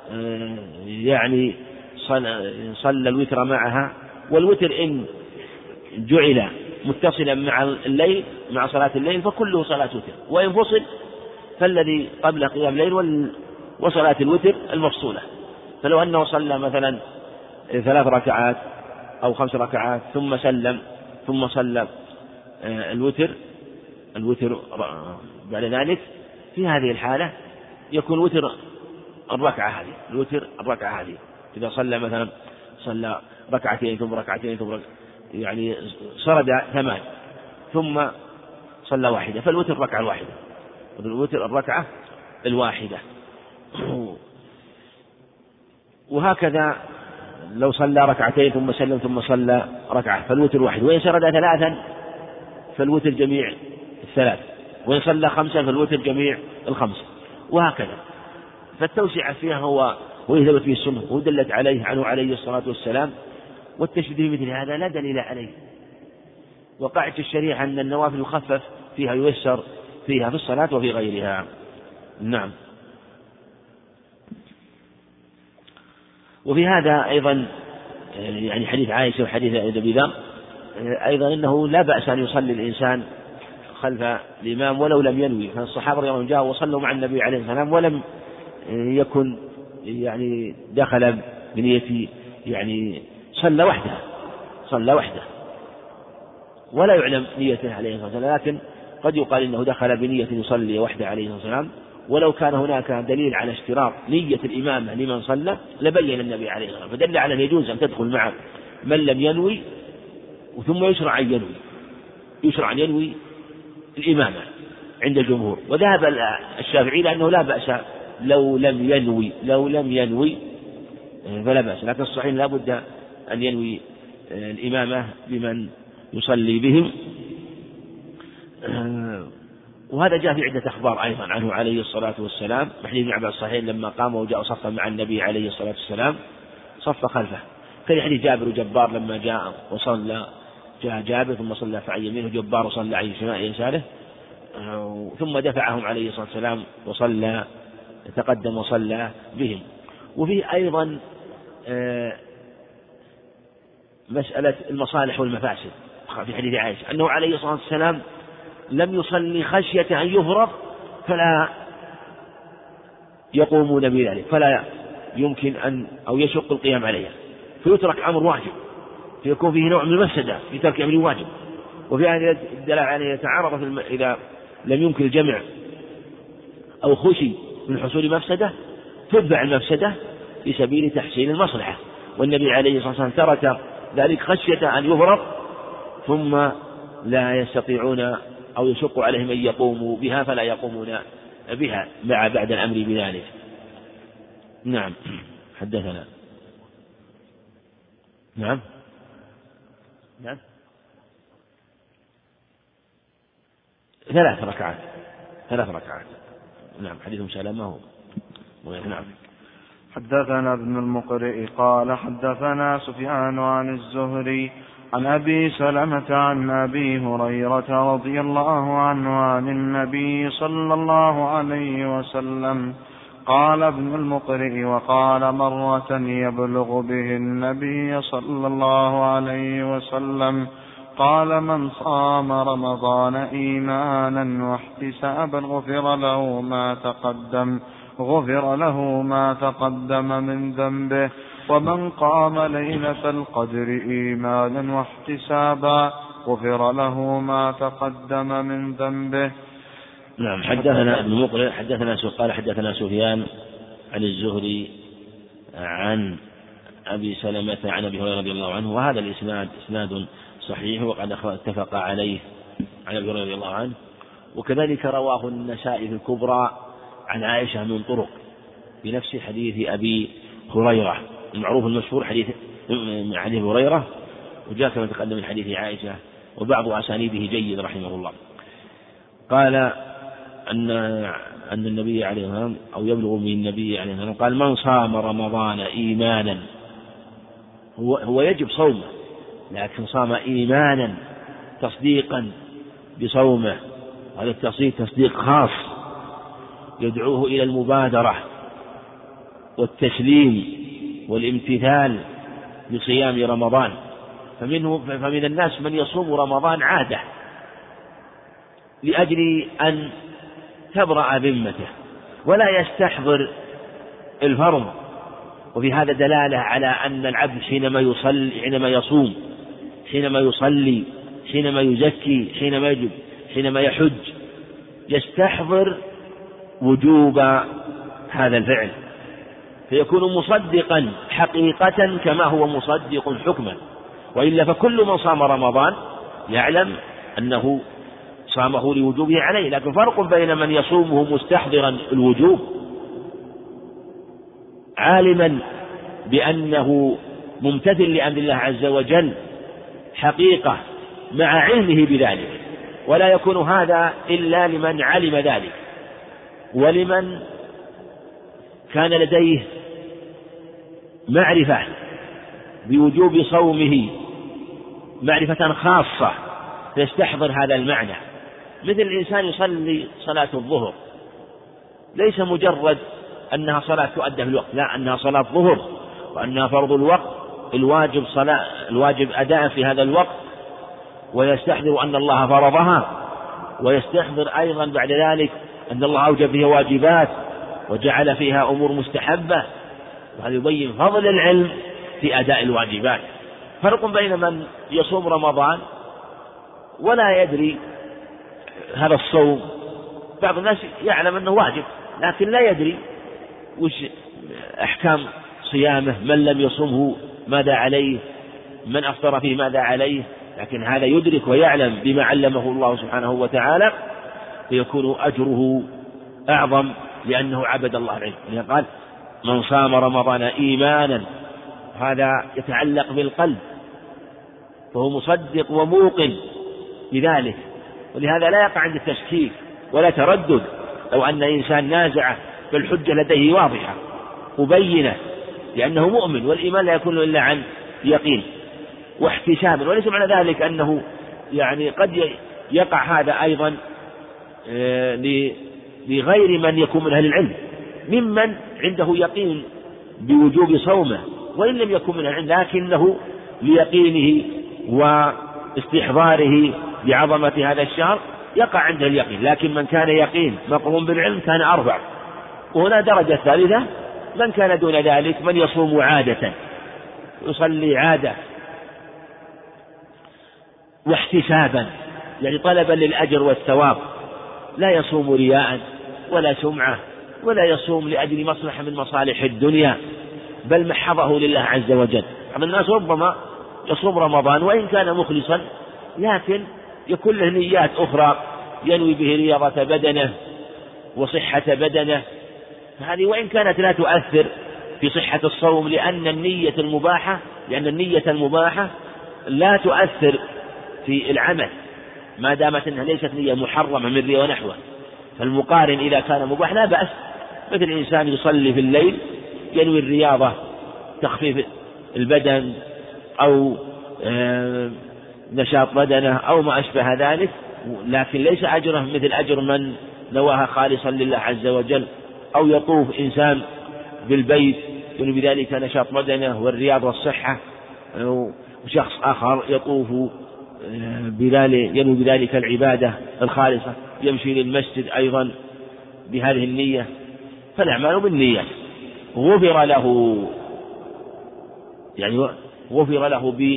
يعني صلى الوتر معها. والوتر إن جعل متصلا مع الليل مع صلاة الليل فكله صلاة وتر، وإن فصل فالذي قبل قيام الليل وصلاة الوتر المفصولة. فلو أنه صلى مثلا ثلاث ركعات أو خمس ركعات ثم سلم ثم صلى الوتر الوتر بعد ذلك، في هذه الحالة يكون وتر الركعة هذه الوتر الركعة هذه إذا صلى مثلا صلى ركعتين ثم ركعتين ثم ركعتين يعني سرد ثمان ثم صلى واحدة، فالوتر الركعة الواحدة، الوتر الركعة الواحدة. وهكذا لو صلى ركعتين ثم سلم ثم صلى ركعة فالوتر واحد، وإن سرد ثلاثا فالوتر جميع الثلاث، وإن صلى خمسا فالوتر جميع الخمس، وهكذا. فالتوسعة فيها هو ويثبت فيه السنة ودلت عليه عنه عليه الصلاة والسلام، والتشديد مثل هذا لا دليل عليه. وقاعدة الشريعة أن النوافل يخفف فيها ييسر فيها في الصلاة وفي غيرها. نعم. وفي هذا أيضا يعني حديث عائشة وحديث أبي ذر أيضا أنه لا بأس أن يصلي الإنسان خلف الإمام ولو لم ينوي، فالصحابة رضي الله عنهم جاءوا وصلوا مع النبي عليه الصلاة والسلام ولم يكن يعني دخل بنية يعني صلى وحده صلى وحده ولا يعلم نيته عليه الصلاة والسلام، لكن قد يقال إنه دخل بنية يصلي وحده عليه الصلاة والسلام، ولو كان هناك دليل على اشتراط نية الإمامة لمن صلى لبين النبي عليه الصلاة والسلام، فدل على أن يجوز أن تدخل مع من لم ينوي ثم يشرع أن ينوي يشرع أن ينوي الإمامة عند الجمهور. وذهب الشافعي لأنه لا بأس لو لم ينوي لو لم ينوي فلا بأس، لكن الصحيح لا بد أن ينوي الإمامة بمن يصلي بهم. وهذا جاء في عدة أخبار أيضا عنه عليه الصلاة والسلام، حديث ابن عباس الصحيح لما قام وجاء صفا مع النبي عليه الصلاة والسلام صف خلفه، كان حديث جابر وجبار لما جاء وصلى جاء جابر ثم صلى فعن يمينه جبار وصلى عن شمال يساره ثم دفعهم عليه الصلاة والسلام وصلى تقدم وصلى بهم. وفيه أيضا مسألة المصالح والمفاسد في حديث عائشة أنه عليه الصلاة والسلام لم يصلي خشية أن يفرض فلا يقومون بذلك فلا يمكن أن أو يشق القيام عليها فيترك أمر واجب فيكون فيه نوع من المفسدة في ترك أمر واجب. وفي هذه الدلالة على يتعارض إذا لم يمكن الجمع أو خشي من حصول مفسدة تتبع المفسدة في سبيل تحسين المصلحة، والنبي عليه الصلاة والسلام ترك ذلك خشية أن يفرض ثم لا يستطيعون أو يشق عليهم أن يقوموا بها فلا يقومون بها مع بعد الأمر بذلك. نعم. حدثنا نعم نعم ثلاث ركعات ثلاث ركعات نعم. حديث سلامة هو نعم. حدثنا ابن المقرئ قال حدثنا سفيان عن الزهري عن أبي سلمة عن أبي هريرة رضي الله عنه عن النبي صلى الله عليه وسلم قال ابن المقرئ وقال مرة يبلغ به النبي صلى الله عليه وسلم قال من صام رمضان إيمانا واحتسابا غفر له ما تقدم غفر له ما تقدم من ذنبه ومن قام ليلة القدر إيمانا واحتسابا غفر له ما تقدم من ذنبه. نعم. حدثنا ابن مقرئ حدثنا قال حدثنا سفيان عن الزهري عن أبي سلمة عن أبي هريرة رضي الله عنه، وهذا الإسناد إسناد صحيح وقد اتفق عليه عن أبي هريرة رضي الله عنه، وكذلك رواه النسائي في الكبرى عن عائشة من طرق بنفس حديث أبي هريرة المعروف المشهور حديث حديث هريرة، وجاء كما تقدم من حديث عائشة وبعض أسانيده جيد رحمه الله. قال أن أن النبي عليه الصلاة والسلام أو يبلغ من النبي عليه الصلاة والسلام قال من صام رمضان إيمانا هو هو يجب صومه لكن صام إيمانا تصديقا بصومه، هذا التصديق تصديق خاص يدعوه إلى المبادرة والتسليم والامتثال بصيام رمضان. فمنه فمن الناس من يصوم رمضان عادة لأجل أن تبرأ ذمته ولا يستحضر الفرض، وفي هذا دلالة على أن العبد حينما يصلي حينما يصوم حينما يصلي حينما يزكي حينما يجب حينما يحج يستحضر وجوب هذا الفعل فيكون مصدقا حقيقة كما هو مصدق حكما. وإلا فكل من صام رمضان يعلم أنه صامه لوجوبه عليه، لكن فرق بين من يصومه مستحضرا الوجوب عالما بأنه ممتثل لأمر الله عز وجل حقيقة مع علمه بذلك، ولا يكون هذا إلا لمن علم ذلك ولمن كان لديه معرفة بوجوب صومه معرفة خاصة فيستحضر هذا المعنى. مثل الإنسان يصلي صلاة الظهر ليس مجرد أنها صلاة تؤدى في الوقت، لا، أنها صلاة ظهر وأنها فرض الوقت الواجب صلاة الواجب أداء في هذا الوقت، ويستحضر أن الله فرضها، ويستحضر أيضا بعد ذلك أن الله أوجب فيها واجبات وجعل فيها أمور مستحبة. وهذا يبين فضل العلم في أداء الواجبات. فرق بين من يصوم رمضان ولا يدري هذا الصوم، بعض الناس يعلم أنه واجب لكن لا يدري وش أحكام صيامه، من لم يصمه ماذا عليه، من أفطر فيه ماذا عليه، لكن هذا يدرك ويعلم بما علمه الله سبحانه وتعالى، فيكون أجره أعظم لأنه عبد الله العلم. يعني قال من صام رمضان إيمانا، هذا يتعلق بالقلب، فهو مصدق وموقن بذلك، ولهذا لا يقع عند التشكيك ولا تردد. لو أن إنسان نازعه فالحجة لديه واضحة مبينة لأنه مؤمن، والإيمان لا يكون إلا عن يقين واحتساب. وليس معنى ذلك أنه يعني قد يقع هذا أيضا لغير من يكون من أهل العلم، ممن عنده يقين بوجوب صومه وإن لم يكن من العلم، لكنه ليقينه واستحضاره بعظمة هذا الشهر يقع عنده اليقين. لكن من كان يقين مقرون بالعلم كان أرفع. وهنا درجة ثالثة من كان دون ذلك، من يصوم عادة، يصلي عادة واحتسابا، يعني طلبا للأجر والثواب، لا يصوم رياء ولا سمعة، ولا يصوم لأجل مصلحة من مصالح الدنيا، بل محضه لله عز وجل. بعض الناس ربما يصوم رمضان وإن كان مخلصا لكن يكون له نيات أخرى ينوي به رياضة بدنه وصحة بدنه، هذه وإن كانت لا تؤثر في صحة الصوم، لأن النية المباحة لأن النية المباحة لا تؤثر في العمل ما دامت أنها ليست نية محرمة من رياء ونحوه. فالمقارن إذا كان مباح لا بأس، مثل إنسان يصلي في الليل ينوي الرياضة تخفيف البدن أو نشاط بدنه أو ما أشبه ذلك، لكن ليس أجره مثل أجر من نواها خالصا لله عز وجل. أو يطوف إنسان بالبيت ينوي بذلك نشاط بدنه والرياضة والصحة، وشخص آخر يطوف بذلك ينوي بذلك العبادة الخالصة، يمشي للمسجد أيضا بهذه النية. فالأعمال بالنية. غفر له يعني غفر له ب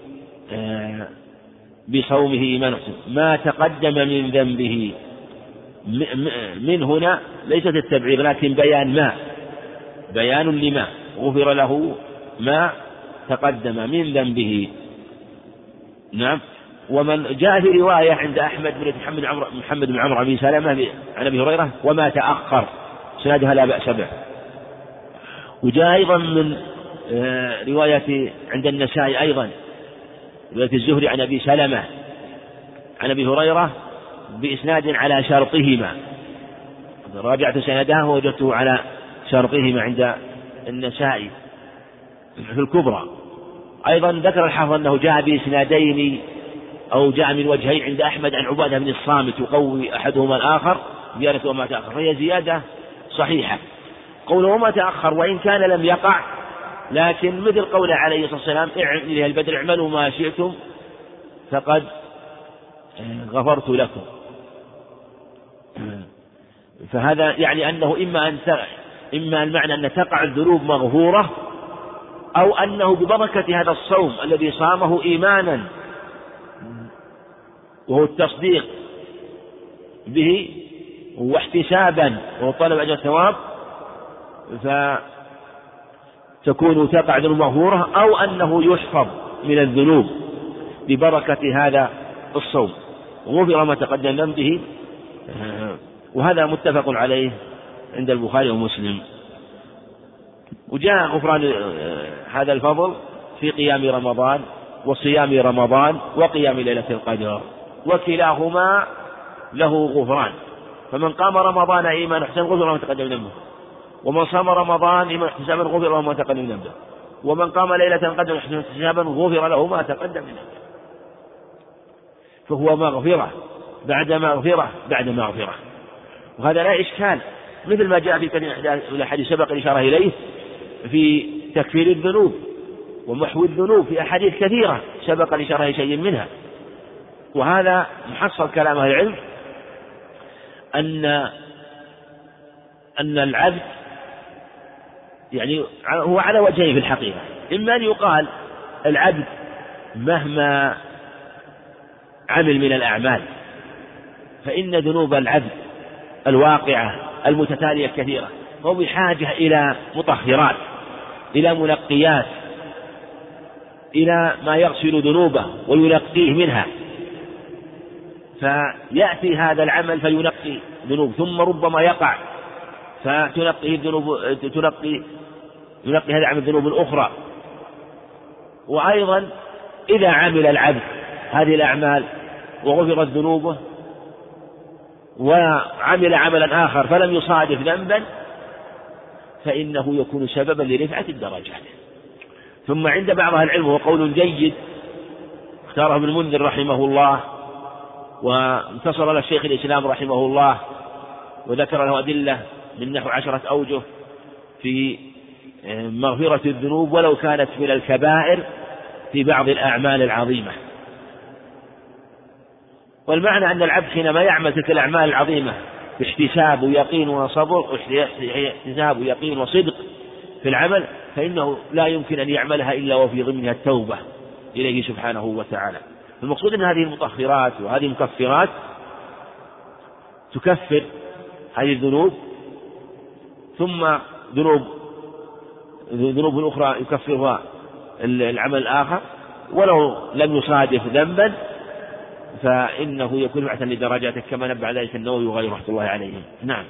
بصومه إيمانا ما تقدم من ذنبه. من هنا ليست التبعيض لكن بيان ما بيان لما غفر له ما تقدم من ذنبه. نعم. ومن جاء في رواية عند أحمد بن محمد عمرو محمد بن عمرو بن سلمة عن أبي هريرة وما تأخر، سندها لا بأس به. وجاء أيضا من رواية عند النسائي أيضا رواية الزهري عن أبي سلمة عن أبي هريرة بإسناد على شرطهما، راجعت سندها ووجدته على شرطهما عند النسائي في الكبرى. أيضا ذكر الحافظ أنه جاء بإسنادين أو جاء من وجهين عند أحمد عن عبادة بن الصامت يقوي أحدهما الآخر زيادة وما تأخر، فهي زيادة صحيحة. قوله وما تأخر وإن كان لم يقع، لكن مثل قوله عليه الصلاة والسلام إلى البدر اعملوا ما شئتم فقد غفرت لكم. فهذا يعني أنه إما أن إما المعنى أن تقع الذنوب مغفورة، أو أنه ببركة هذا الصوم الذي صامه إيمانا وهو التصديق به واحتسابا وهو طلب أجر الثواب، فتكون تقع ذنوب مغفورة، أو أنه يحفظ من الذنوب ببركة هذا الصوم. غفر ما تقدم من ذنبه، وهذا متفق عليه عند البخاري ومسلم. وجاء غفران هذا الفضل في قيام رمضان وصيام رمضان وقيام ليلة القدر، وكلاهما له غفران. فمن قام رمضان إيمانا واحتسابا غفر له ما تقدم من ذنبه، ومن صام رمضان إيمانا واحتسابا غفر له ما تقدم من ذنبه، ومن قام ليلة القدر واحتسابا غفر له ما تقدم من ذنبه. فهو مغفرة بعد مغفرة بعد مغفرة، وهذا لا إشكال، مثل ما جاء في الحديث سبق الإشارة إليه في تكفير الذنوب ومحو الذنوب في أحاديث كثيرة سبق لشرح شيء منها. وهذا محصل كلام أهل العلم أن أن العبد يعني هو على وجهين في الحقيقة، إما أن يقال العبد مهما عمل من الأعمال فإن ذنوب العبد الواقعة المتتالية كثيرة، هو بحاجة إلى مطهرات، إلى منقيات، إلى ما يغسل ذنوبه وينقيه منها، فيأتي هذا العمل فينقي ذنوب، ثم ربما يقع فتنقي الذنوب تنقي ينقي هذا العمل الذنوب الأخرى. وأيضا إذا عمل العبد هذه الأعمال وغفرت ذنوبه وعمل عملا آخر فلم يصادف ذنبا فإنه يكون سببا لرفعة الدرجات. ثم عند بعض أهل العلم هو قول جيد اختاره ابن المنذر رحمه الله وانتصر له الشيخ الإسلام رحمه الله وذكر له أدلة من نحو عشرة أوجه في مغفرة الذنوب ولو كانت من الكبائر في بعض الأعمال العظيمة. والمعنى أن العبد حينما يعمل تلك الأعمال العظيمة باحتساب ويقين وصبر، احتساب ويقين وصدق في العمل، فإنه لا يمكن أن يعملها إلا وفي ضمنها التوبة إليه سبحانه وتعالى. المقصود أن هذه المطهرات وهذه المكفرات تكفر هذه الذنوب، ثم ذنوب ذنوب أخرى يكفرها العمل الآخر، ولو لم يصادف ذنبا فإنه يكون رفعة لدرجاته كما نبه على ذلك النووي وغيره رحمة الله عليه. نعم.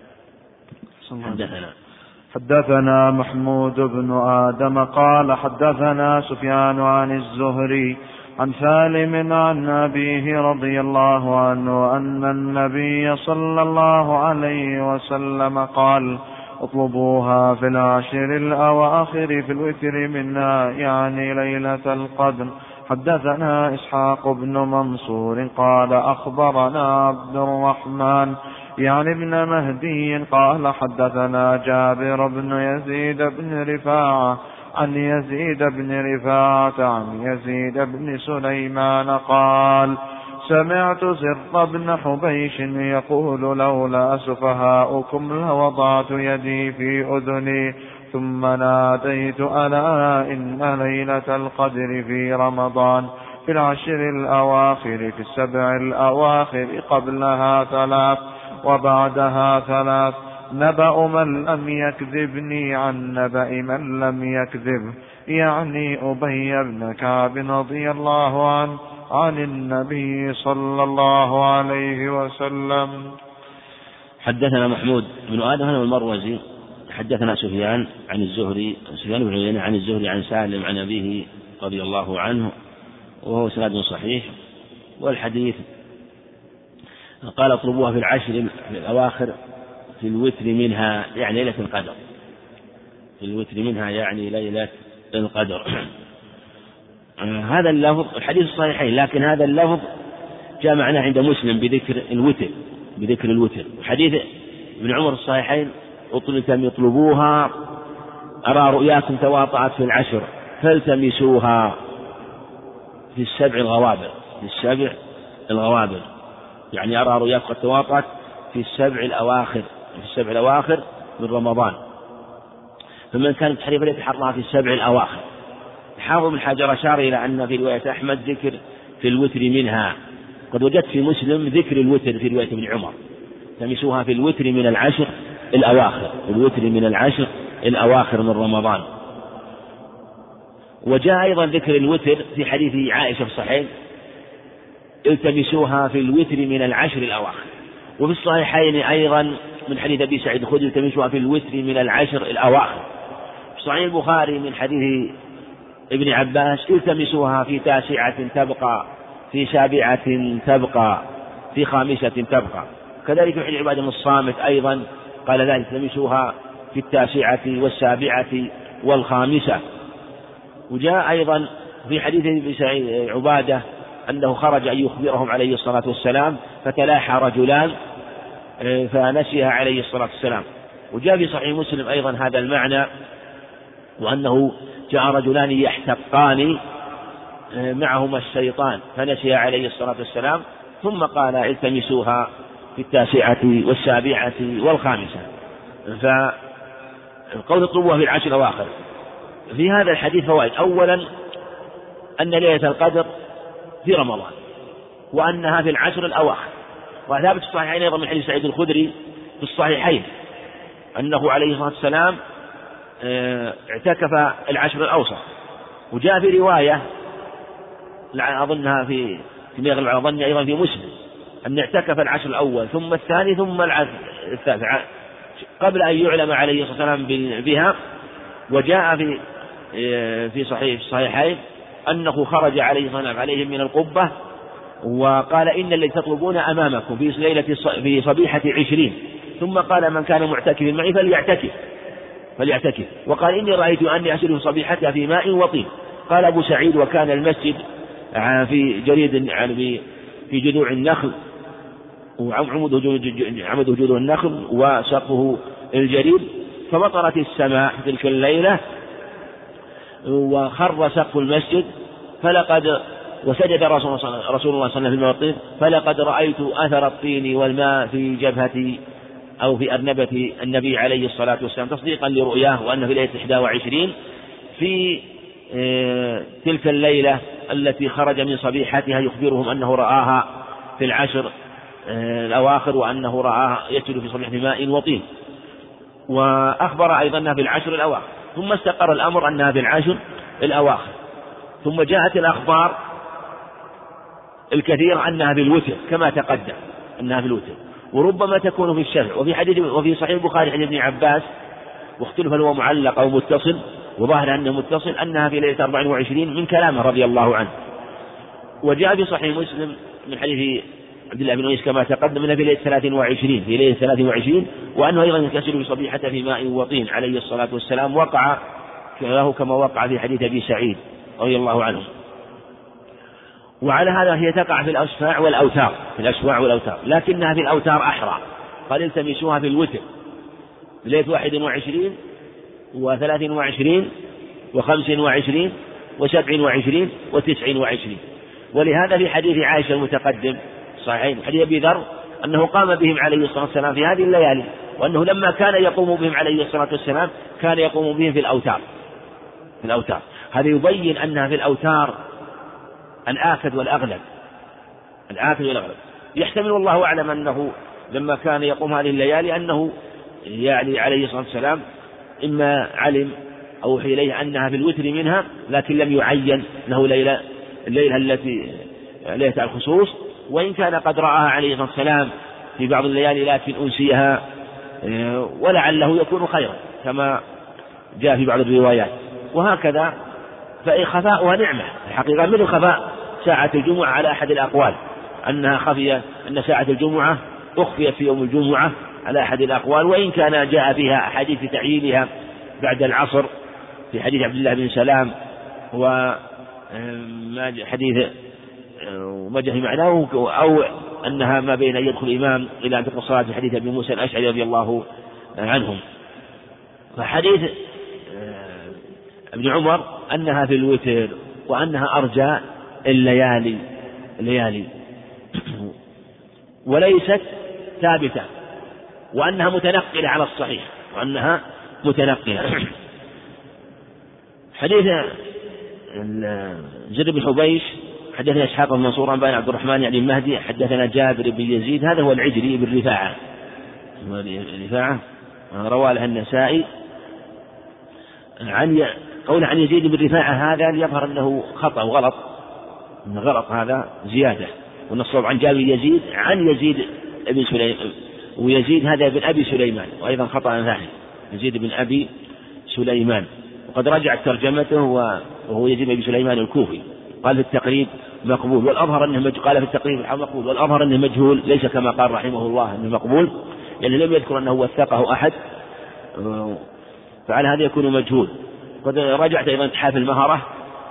حدثنا حدثنا محمود بن آدم قال حدثنا سفيان عن الزهري عن سالم عن أبيه رضي الله عنه أن النبي صلى الله عليه وسلم قال اطلبوها في العشر الأواخر في الوتر منها يعني ليلة القدر. حدثنا إسحاق بن منصور قال أخبرنا عبد الرحمن يعني ابن مهدي قال حدثنا جابر بن يزيد بن رفاعة عن يزيد بن رفاعة عن يزيد بن سليمان قال سمعت زر بن حبيش يقول لولا سفهاؤكم لوضعت يدي في أذني ثم ناديت ألا إن ليلة القدر في رمضان في العشر الأواخر في السبع الأواخر قبلها ثلاث وبعدها ثلاث نبأ من لم يكذبني عن نبأ من لم يكذب يعني أبي بن كعب رضي الله عنه عن النبي صلى الله عليه وسلم. حدثنا محمود بن آدم المروزي حدثنا سفيان عن الزهري سفيان بن عيينة عن الزهري عن سالم عن أبيه رضي الله عنه وهو سند صحيح. والحديث قال اطلبوها في العشر الأواخر في الوتر منها يعني ليلة القدر في الوتر منها يعني ليلة القدر. هذا اللفظ الحديث الصحيحين، لكن هذا اللفظ جاء معنا عند مسلم بذكر الوتر بذكر الوتر. حديث ابن عمر الصحيحين اطلبوا يطلبوها أرى رؤياكم تواطعت في العشر فالتمسوها في السبع الغوابر في السبع الغوابر يعني أرى رؤياكم قد تواطعت في السبع الأواخر في السبع الأواخر من رمضان، فمن كان التحريف يتحرى في السبع الأواخر. حافظ بن حجر أشار إلى أن في رواية أحمد ذكر في الوتر منها، قد وجدت في مسلم ذكر الوتر في رواية ابن عمر تمسوها في الوتر من العشر الأواخر الوتر من العشر الأواخر من رمضان. وجاء أيضا ذكر الوتر في حديث عائشة في الصحيح التمسوها في الوتر من العشر الأواخر. وفي الصحيحين أيضا من حديث أبي سعيد الخدري التمسوها في الوتر من العشر الأواخر. في صحيح البخاري من حديث ابن عباس التمسوها في تاسعة تبقى في سابعة تبقى في خامسة تبقى. كذلك في حديث عبادة بن الصامت أيضا قال ذلك التمسوها في التاسعة والسابعة والخامسة. وجاء أيضا في حديث عبادة أنه خرج أن يخبرهم عليه الصلاة والسلام فتلاحى رجلان فنسيها عليه الصلاة والسلام. وجاء في صحيح مسلم أيضا هذا المعنى وأنه جاء رجلان يحتقان معهما الشيطان فنسي عليه الصلاة والسلام، ثم قال التمسوها في التاسعة والسابعة والخامسة. فالقول اطلبوها في العشر الأواخر. في هذا الحديث فوائد: أولا أن ليلة القدر في رمضان، وأنها في العشر الأواخر، وثابت في الصحيحين أيضا من حديث سعيد الخدري في الصحيحين أنه عليه الصلاة والسلام اعتكف العشر الأوسط. وجاء في رواية أظنها في في أظن أيضا في مسلم أن اعتكف العشر الأول ثم الثاني ثم العشر الثالث قبل أن يعلم عليه الصلاة والسلام بها. وجاء في في صحيح الصحيحين أنه خرج عليه الصلاة والسلام عليهم من القبة وقال: إن الذي تطلبون أمامكم في ليلة في صبيحة عشرين، ثم قال: من كان معتكفا معي فليعتكف فليعتكف وقال: إني رأيت أني أسير صبيحتها في ماء وطين. قال أبو سعيد: وكان المسجد في جريد في جذوع النخل، وعمده جذوع النخل وسقفه الجريد، فمطرت السماء تلك الليلة وخر سقف المسجد، فلقد وسجد رسول الله صلى الله عليه وسلم في الماء، فلقد رأيت أثر الطين والماء في جبهة أو في أرنبة النبي عليه الصلاة والسلام، تصديقا لرؤياه وأنه في ليلة إحدى وعشرين في تلك الليلة التي خرج من صبيحتها، يخبرهم أنه رآها في العشر الأواخر وأنه رآها يسجد في صبيحة ماء وطين، وأخبر أيضا أنها في العشر الأواخر. ثم استقر الأمر أنها في العشر الأواخر. ثم جاءت الأخبار الكثير أنها في الوتر كما تقدم أنها في الوتر، وربما تكون في الشفع. وفي حديث وفي صحيح البخاري حديث ابن عباس، واختلف هل هو معلق أو متصل، وظاهر أنه متصل، أنها في ليلة أربع وعشرين من كلامه رضي الله عنه. وجاء في صحيح مسلم من حديث عبد الله بن أنيس كما تقدم أنها في ليلة ثلاث وعشرين في ليلة ثلاث وعشرين وأنه أيضا يغتسل بصبيحة في ماء وطين عليه الصلاة والسلام، وقع له كما وقع في حديث أبي سعيد رضي الله عنه. وعلى هذا هي تقع في الأشفاع والأوتار في الأشفاع والأوتار لكنها في الأوتار أحرى. قال: التمسوها في الوتر في ليلة واحد وعشرين وثلاث وعشرين وخمس وعشرين وسبع وعشرين وتسع وعشرين. ولهذا في حديث عائشة المتقدم صحيحين حديث أبي ذر أنه قام بهم عليه الصلاة والسلام في هذه الليالي، وأنه لما كان يقوم بهم عليه الصلاة والسلام كان يقوم بهم في الأوتار في الأوتار هذا يبين أنها في الأوتار الآكد والأغلب الآكد والأغلب. يحتمل والله أعلم أنه لما كان يقوم هذه الليالي أنه يعني عليه الصلاة والسلام إما علم أو وحي إليه أنها في الوتر منها، لكن لم يعين أنه ليلة الليلة التي ليلة الخصوص، وإن كان قد رآها عليه الصلاة والسلام في بعض الليالي لكن أنسيها، ولعله يكون خيرا كما جاء في بعض الروايات. وهكذا فخفاؤها نعمة الحقيقة، من الخفاء ساعة الجمعة على أحد الأقوال أنها خفية، أن ساعة الجمعة أخفيت في يوم الجمعة على أحد الأقوال، وإن كان جاء فيها أحاديث تعيينها بعد العصر في حديث عبد الله بن سلام وحديث وما جاء في معناه، أو أنها ما بين أن يدخل الإمام إلى أن تقرأ الصلاة في حديث أبي موسى الأشعري رضي الله عنهم. فحديث ابن عمر أنها في الوتر وأنها أرجى الليالي الليالي وليست ثابتة، وأنها متنقلة على الصحيح وأنها متنقلة. حديث زر بن حبيش حدثنا إسحاق بن منصور عن عبد الرحمن يعني المهدي حدثنا جابر بن يزيد، هذا هو العجلي بن رفاعة رفاعة رواه له النسائي عن قول عن يزيد بن رفاعة، هذا يظهر أنه خطأ وغلط، إن غلط هذا زيادة، والنصوب عن جابر يزيد عن يزيد بن سليمان، ويزيد هذا بن أبي سليمان، وأيضا خطأ ثاني يزيد بن أبي سليمان، وقد رجعت ترجمته وهو يزيد بن أبي سليمان الكوفي. قال في التقريب مقبول، والأظهر أنه مجهول، قال في التقريب مقبول، والأظهر أنه مجهول ليس كما قال رحمه الله أنه مقبول، يعني لم يذكر أنه وثقه أحد، فعلى هذا يكون مجهول. قد رجعت أيضا تحاف المهرة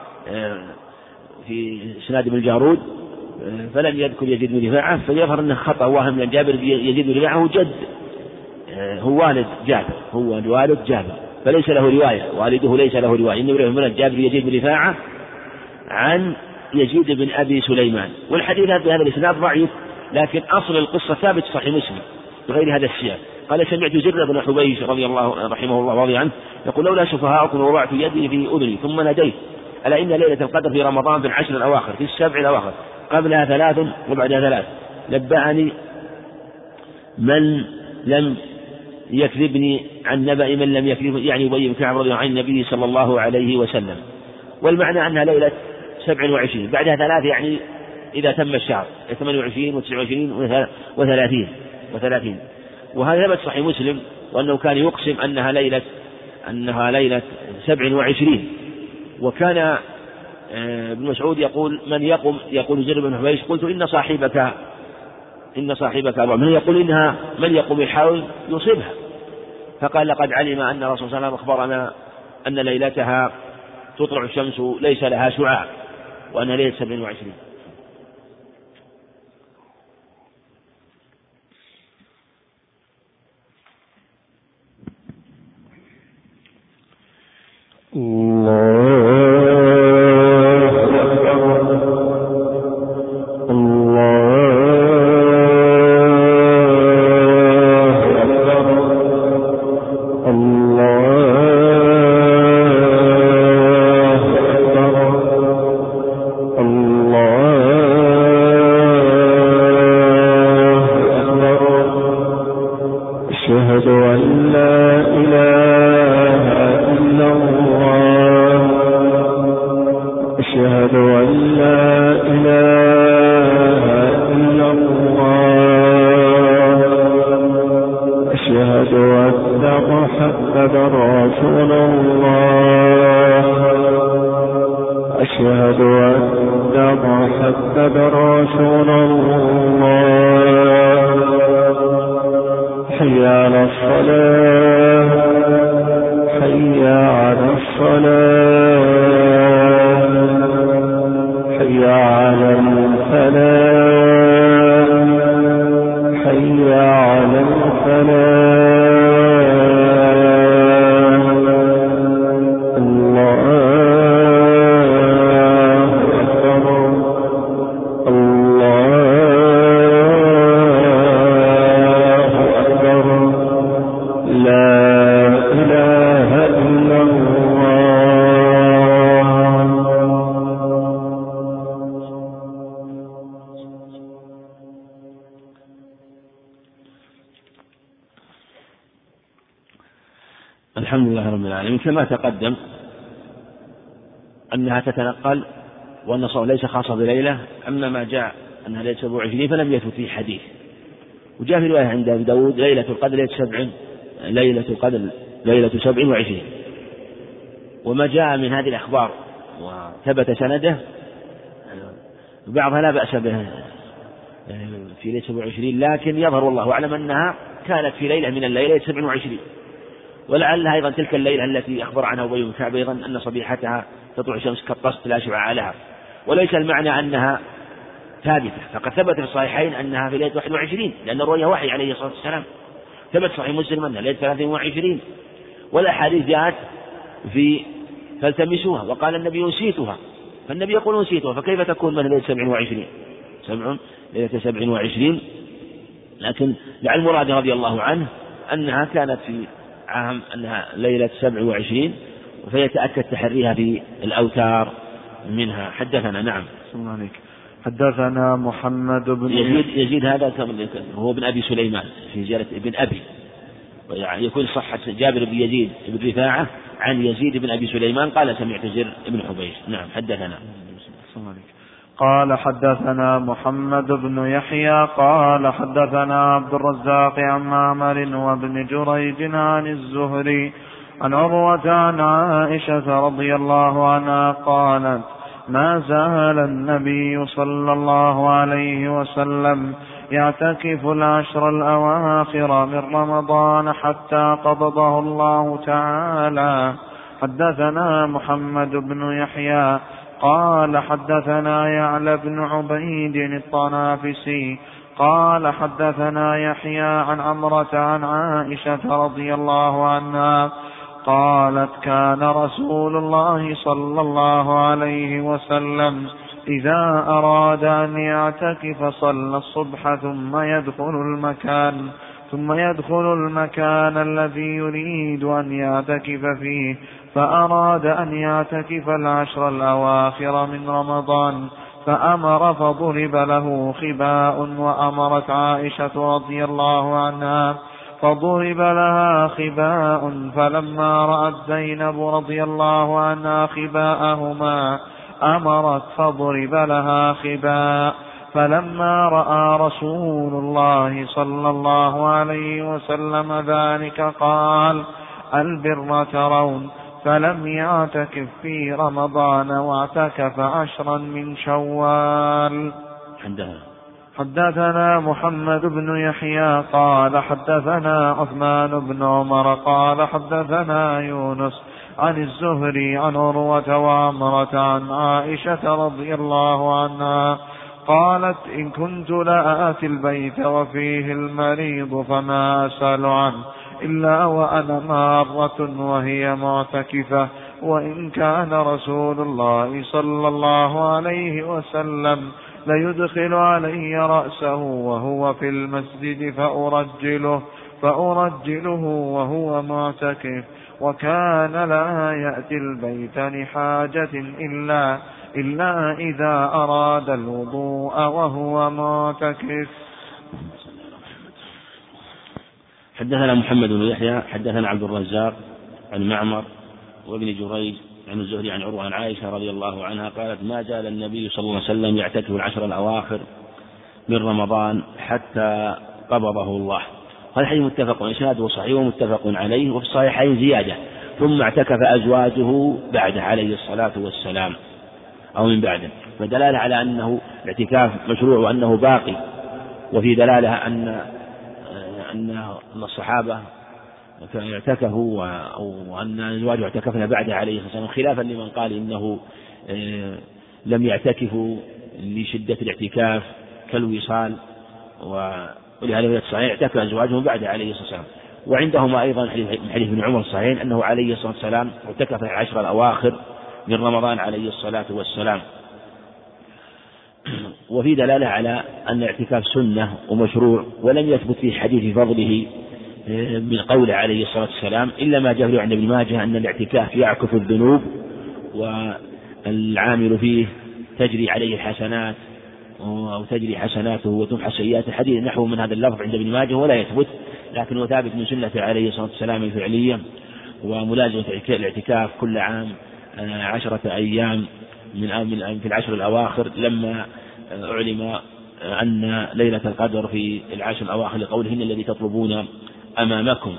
في إسناد بن الجارود فلم يذكر يزيد بن رفاعة، فيظهر أنه خطأ وهم، لأن جابر يزيد بن رفاعة هو جد، هو والد جابر، هو والد جابر. فليس له رواية، والده ليس له رواية. إنه يروي من جابر يزيد بن رفاعة عن يزيد بن أبي سليمان، والحديث بهذا الإسناد ضعيف، لكن أصل القصة ثابت في صحيح مسلم بغير هذا السياق. قال سمعت زر بن حبيش رضي الله رحمه الله رضي عنه يقول لولا سفهاؤكم وضعت يدي في أذني ثم ناديت ألا إن ليلة القدر في رمضان في العشر الأواخر في السبع الأواخر قبلها ثلاث وبعدها ثلاث نبأني من لم يكذبني عن نبأ من لم يكذب، يعني أبي بن كعب رضي الله عنه عن النبي صلى الله عليه وسلم. والمعنى أنها ليلة سبع وعشرين بعدها ثلاث، يعني إذا تم الشهر ثمانية وعشرين وتسعة وعشرين وثلاثين وثلاثين. وهذا ثبت صحيح مسلم، وأنه كان يقسم أنها ليلة أنها ليلة سبع وعشرين. وكان ابن مسعود يقول من يقوم يقول زر بن حبيش قلت إن صاحبك إن صاحبك أبو من يقول إنها من يقوم يحاول يصيبها، فقال لقد علم أن الرسول صلى الله عليه وسلم أخبرنا أن ليلتها تطلع الشمس ليس لها شعاع وأن ليلة سبع وعشرين. الحمد لله رب العالمين. كما تقدم أنها تتنقل وأن الصوم ليس خاصة بليلة، أما ما جاء أنها ليلة سبع وعشرين فلم يثبت فيه حديث. وجاء في رواية عند أبي داود ليلة القدر ليلة سبع ليلة القدر ليلة سبع وعشرين. وما جاء من هذه الأخبار وثبت سنده بعضها لا بأس به في ليلة سبع وعشرين، لكن يظهر والله أعلم أنها كانت في ليلة من الليلة سبع وعشرين، ولعلها أيضا تلك الليلة التي أخبر عنها أبي بن كعب أيضا أن صبيحتها تطلع الشمس كالطست لا شعاع لها. وليس المعنى أنها ثابتة، فقد ثبت في الصحيحين أنها في ليلة واحد وعشرين، لأن الرؤيا وحي عليه الصلاة والسلام. ثبت صحيح مسلم أنها ليلة ثلاثة وعشرين، والأحاديث جاءت في فالتمسوها، وقال النبي نسيتها، فالنبي يقول نسيتها، فكيف تكون من ليلة سبع وعشرين سبع ليلة سبع وعشرين؟ لكن لعل المراد رضي الله عنه أنها كانت في عام أنها ليلة سبع وعشرين، فيتأكد تحريها في الأوتار منها. حدثنا نعم حدثنا محمد بن يزيد, يزيد هذا هو بن أبي سليمان في زيارة ابن أبي، يعني يكون صحة جابر بن يزيد بن رفاعة عن يزيد بن أبي سليمان قال سمعت زر بن حبيش. نعم حدثنا قال حدثنا محمد بن يحيى قال حدثنا عبد الرزاق عن معمر وابن جريج عن الزهري عن عروة عن عائشة رضي الله عنها قالت ما زال النبي صلى الله عليه وسلم يعتكف العشر الأواخر من رمضان حتى قبضه الله تعالى. حدثنا محمد بن يحيى قال حدثنا يعلى بن عبيد الطنافسي قال حدثنا يحيى عن عمرة عن عائشة رضي الله عنها قالت كان رسول الله صلى الله عليه وسلم إذا أراد أن يعتكف صلى الصبح ثم يدخل المكان ثم يدخل المكان الذي يريد أن يعتكف فيه، فأراد أن يعتكف العشر الأواخر من رمضان فأمر فضرب له خباء، وأمرت عائشة رضي الله عنها فضرب لها خباء، فلما رأت زينب رضي الله عنها خباءهما أمرت فضرب لها خباء، فلما رأى رسول الله صلى الله عليه وسلم ذلك قال البر ترون، فلم يعتكف في رمضان واعتكف عشرا من شوال. حدثنا محمد بن يحيى قال حدثنا عثمان بن عمر قال حدثنا يونس عن الزهري عن عروة وعمرة عن عائشة رضي الله عنها قالت إن كنت لآتي البيت وفيه المريض فما أسأل عنه إلا وأنا مارة وهي معتكفة، وإن كان رسول الله صلى الله عليه وسلم ليدخل علي رأسه وهو في المسجد فأرجله, فأرجله وهو معتكف، وكان لا يأتي البيت لحاجة إلا, إلا إذا أراد الوضوء وهو معتكف. حدثنا محمد بن يحيى حدثنا عبد الرزاق عن معمر وابن جريج عن الزهري عن عروة عن عائشة رضي الله عنها قالت ما زال النبي صلى الله عليه وسلم يعتكف العشر الأواخر من رمضان حتى قبضه الله. هذا الحديث متفق إسناده صحيح ومتفق عليه، وفي الصحيحين زيادة ثم اعتكف أزواجه بعده عليه الصلاة والسلام أو من بعده، فدلالة على أنه الاعتكاف مشروع وأنه باقي، وفي دلالة أن أن الصحابة كانوا يعتكفوا وأن أزواجه اعتكفنا بعده عليه الصلاة والسلام، خلافا لمن قال إنه لم يعتكفوا لشدة الاعتكاف كالوصال، ولهذا في الصحيح اعتكف أزواجه بعده عليه الصلاة والسلام. وعندهما أيضا من حديث ابن عمر الصحيح أنه عليه الصلاة والسلام اعتكف العشر الأواخر من رمضان عليه الصلاة والسلام. وفي دلالة على أن الاعتكاف سنة ومشروع، ولم يثبت في حديث فضله من قوله عليه الصلاة والسلام إلا ما جاء عند ابن ماجه أن الاعتكاف يعكف الذنوب والعامل فيه تجري عليه الحسنات أو تجري حسناته وتمحى سيئات، الحديث نحو من هذا اللفظ عند ابن ماجه ولا يثبت، لكن هو ثابت من سنة عليه الصلاة والسلام الفعلية، وملازمة الاعتكاف كل عام عشرة أيام من في العشر الأواخر، لما أعلم أن ليلة القدر في العشر الأواخر لقولهن الذي تطلبون أمامكم.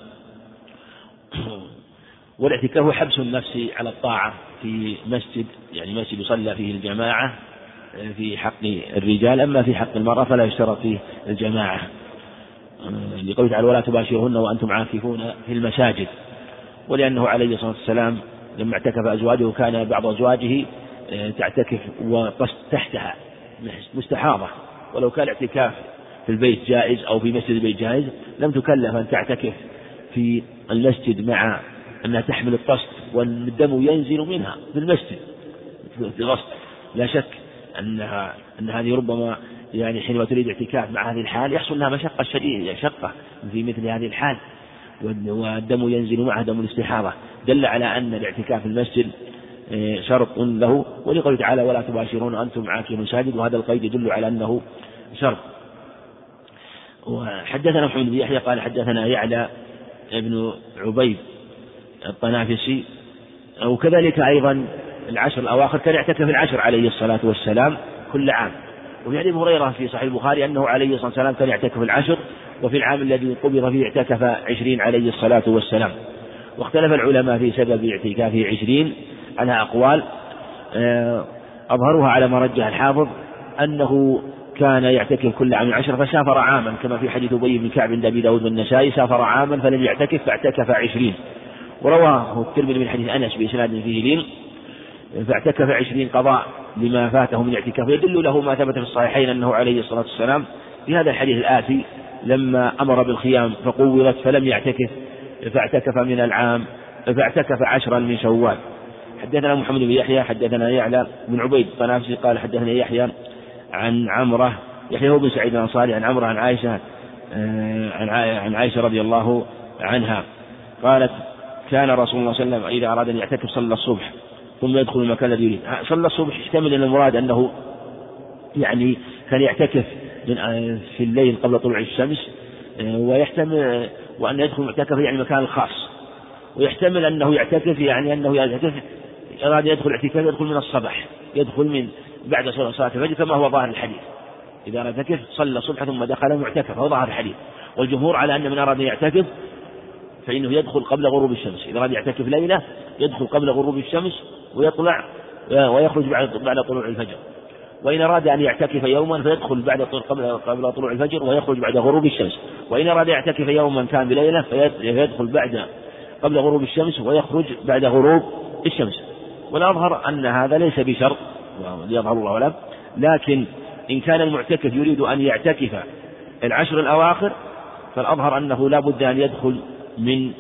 والاعتكاف هو حبس النفس على الطاعة في مسجد، يعني مسجد يصلى فيه الجماعة في حق الرجال، أما في حق المرأة فلا يشترط فيه الجماعة، لقوله تعالى ولا تباشرهن وأنتم عاكفون في المساجد. ولأنه عليه الصلاة والسلام لما اعتكف أزواجه كان بعض أزواجه تعتكف وتحتها مستحاضة، ولو كان الاعتكاف في البيت جائز أو في مسجد البيت جائز لم تكلف أن تعتكف في المسجد مع أنها تحمل الطست والدم ينزل منها في المسجد في الغسل. لا شك أنها أن هذه ربما يعني حينما تريد اعتكاف مع هذه الحال يحصل لها مشقة شديدة شقة في مثل هذه الحال، والدم ينزل معها دم الاستحاضة، دل على أن الاعتكاف في المسجد شرط له، ولقوله تعالى ولا تباشرون أنتم عاكفون مساجد، وهذا القيد يدل على أنه شرط. وحدثنا محمد بن يحيى قال حدثنا يعلى ابن عبيد الطنافسي، وكذلك أيضا العشر الأواخر كان يعتكف العشر عليه الصلاة والسلام كل عام. وفي حديث هريرة في صحيح البخاري أنه عليه الصلاة والسلام كان يعتكف العشر، وفي العام الذي قبض فيه اعتكف عشرين عليه الصلاة والسلام. واختلف العلماء في سبب اعتكافه عشرين على أقوال، أظهرها على ما رجح الحافظ أنه كان يعتكف كل عام عشر فسافر عاما، كما في حديث أبي بن كعب عند أبي داود والنسائي سافر عاما فلم يعتكف فاعتكف عشرين. ورواه الترمذي من حديث أنس بإسناد فيه لين فاعتكف عشرين قضاء لما فاته من اعتكاف، يدل له ما ثبت في الصحيحين أنه عليه الصلاة والسلام في هذا الحديث الآتي لما أمر بالخيام فقوضت فلم يعتكف فاعتكف من العام فاعتكف عشرا من شوال. حدثنا محمد بن يحيى حدثنا يعلى بن عبيد الطنافسي قال حدثنا يحيى عن عمره يحيى هو بن سعيد الأنصاري عن عمره عن عائشة عن عائشة رضي الله عنها قالت كان رسول الله صلى الله عليه وسلم إذا أراد أن يعتكف صلى الصبح ثم يدخل المكان الذي يريد. صلى الصبح يحتمل أن المراد أنه يعني كان يعتكف في الليل قبل طلوع الشمس، ويحتمل وأن يدخل معتكف يعني مكان الخاص، ويحتمل أنه يعتكف يعني أنه يعتكف أراد يدخل اعتكاف يدخل من الصباح، يدخل من بعد صلاة الفجر كما هو ظاهر الحديث. إذا اعتكف صلى الصبح ثم دخل معتكف، هو ظاهر الحديث. والجمهور على أن من أراد أن يعتكف فإنه يدخل قبل غروب الشمس. إذا أراد يعتكف ليلة يدخل قبل غروب الشمس ويطلع ويخرج بعد بعد طلوع الفجر. وإن أراد أن يعتكف يوما فيدخل بعد قبل قبل طلوع الفجر ويخرج بعد غروب الشمس. وإن أراد يعتكف يوما كان بليلة فيدخل بعد قبل غروب الشمس ويخرج بعد غروب الشمس. والأظهر أن هذا ليس بشرط ليظهر الله أعلم، لكن إن كان المعتكف يريد أن يعتكف العشر الأواخر فالأظهر أنه لا بد أن يدخل من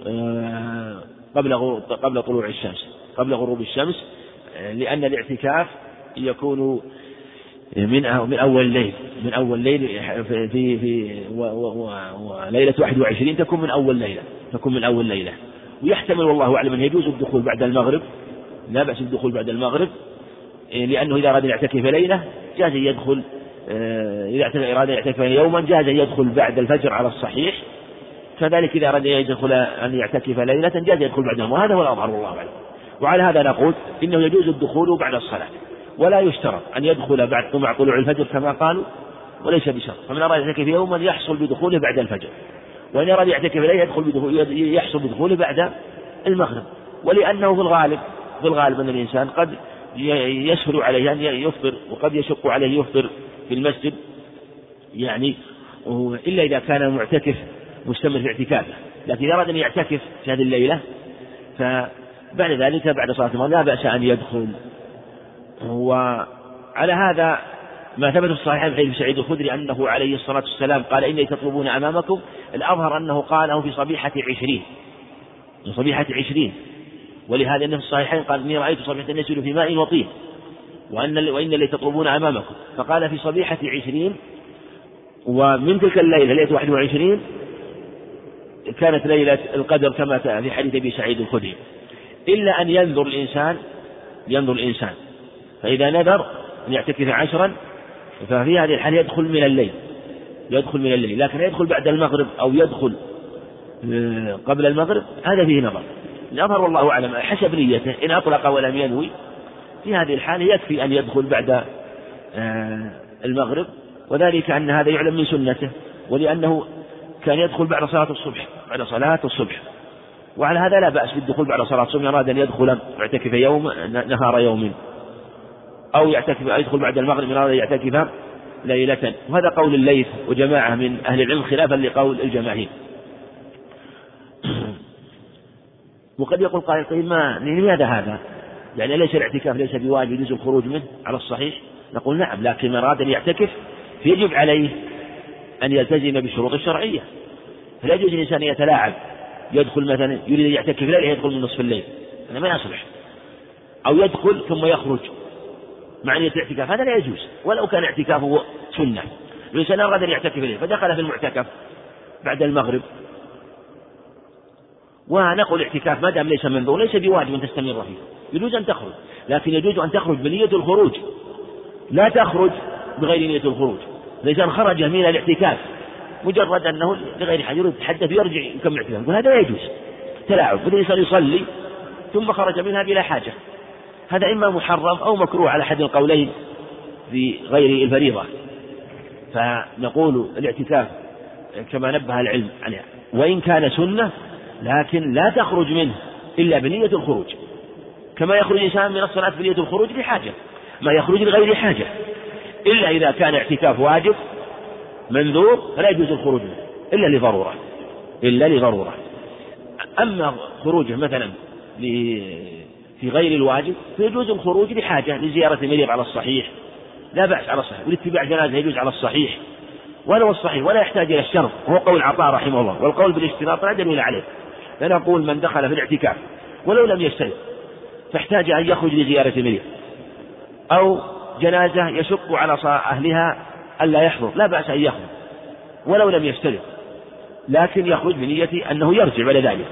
قبل قبل طلوع الشمس قبل غروب الشمس، لأن الاعتكاف يكون من من أول ليل من أول ليل في في وليلة واحد وعشرين تكون من أول ليلة تكون من أول ليلة ويحتمل والله أعلم أن يجوز الدخول بعد المغرب، لا بأس بالدخول بعد المغرب، لأنه إذا أراد يعتكف ليلة جاز يدخل، إذا أراد يعتكف يوما جاز يدخل بعد الفجر على الصحيح، كذلك إذا أراد يدخل أن يعتكف ليلة جاز يدخل بعدهم، وهذا هو الأظهر والله أعلم. وعلى هذا نقول إنه يجوز الدخول بعد الصلاة، ولا يشترط أن يدخل بعد مع طلوع الفجر كما قالوا، وليس بشرط. فمن أراد يعتكف يوما يحصل بدخوله بعد الفجر، وإن أراد يعتكف ليلة يدخل بدخول يحصل بدخوله بعد المغرب. ولأنه في الغالب في الغالب أن الإنسان قد يسهل عليه أن يفطر وقد يشق عليه يفطر في المسجد، يعني إلا إذا كان المعتكف مستمر في اعتكافه. لكن إذا أراد أن يعتكف في هذه الليلة فبعد ذلك بعد صلاة المغرب لا بأس أن يدخل. وعلى هذا ما ثبت في الصحيحين عن سعيد الخدري أنه عليه الصلاة والسلام قال إني تطلبون أمامكم، الأظهر أنه قاله في صبيحة عشرين في صبيحة عشرين ولهذا أنه في الصحيحين قال إني رأيت صبيحة يسير في ماء وطين وأن وإن اللي تطلبون أمامكم، فقال في صبيحة عشرين. ومن تلك الليلة ليلة واحد وعشرين كانت ليلة القدر كما في حديث أبي سعيد الخدري، إلا أن ينظر الإنسان ينظر الإنسان فإذا نذر أن يعتكف عشرا ففي هذه الحال يدخل من الليل يدخل من الليل لكن يدخل بعد المغرب أو يدخل قبل المغرب هذا فيه نظر. الأظهر والله أعلم حسب نيته، إن أطلق ولم ينوي في هذه الحال يكفي أن يدخل بعد المغرب، وذلك أن هذا يعلم من سنته، ولأنه كان يدخل بعد صلاة الصبح بعد صلاة الصبح وعلى هذا لا بأس بالدخول بعد صلاة الصبح. أراد أن يدخل يعتكف يوم نهار يوم أو يعتكف يدخل بعد المغرب أراد يعتكف ليلة، وهذا قول الليث وجماعة من أهل العلم خلافا لقول الجماهير. وقد يقول قائل طيب ما لماذا هذا؟ يعني ليس الاعتكاف ليس بواجب يجوز الخروج منه على الصحيح؟ نقول نعم، لكن من أراد أن يعتكف يجب عليه أن يلتزم بالشروط الشرعية، فلا يجوز الإنسان يتلاعب يدخل مثلا يريد أن يعتكف ليلة يدخل من نصف الليل، هذا ما يصلح، أو يدخل ثم يخرج مع نية الاعتكاف، هذا لا يجوز ولو كان اعتكافه سنة. الإنسان أراد أن يعتكف ليلة فدخل في المعتكف بعد المغرب، ونقول الاعتكاف ما دام ليس منذور ليس بواجب أن تستمر فيه، يجوز أن تخرج، لكن يجوز أن تخرج بنية الخروج، لا تخرج بغير نية الخروج. الإنسان خرج من الاعتكاف مجرد أنه لغير حاجة يريد يتحدث يرجع يكمل اعتكاف، هذا لا يجوز تلاعب. الإنسان يصلي ثم خرج منها بلا حاجة، هذا إما محرم أو مكروه على أحد القولين في غير الفريضة. فنقول الاعتكاف كما نبه العلم عليه وإن كان سنة لكن لا تخرج منه إلا بنية الخروج، كما يخرج الإنسان من الصلاة بنية الخروج لحاجة، ما يخرج لغير حاجة، إلا إذا كان اعتكاف واجب منذور فلا يجوز الخروج منه إلا لضرورة إلا لضرورة. أما خروجه مثلا في غير الواجب فيجوز الخروج لحاجة، لزيارة مريض على الصحيح لا بأس على الصحيح، والاتباع جنازة يجوز على الصحيح ولو الصحيح ولا يحتاج إلى الشرط، وهو قول عطاء رحمه الله، والقول بالاشتراط لا دليل عليه. فنقول من دخل في الاعتكاف ولو لم يشترط فاحتاج أن يخرج لزيارة المريض أو جنازة يشق على أهلها ألا يحضر، لا بأس أن يخرج ولو لم يشترط، لكن يخرج بنية أنه يرجع بعد ذلك،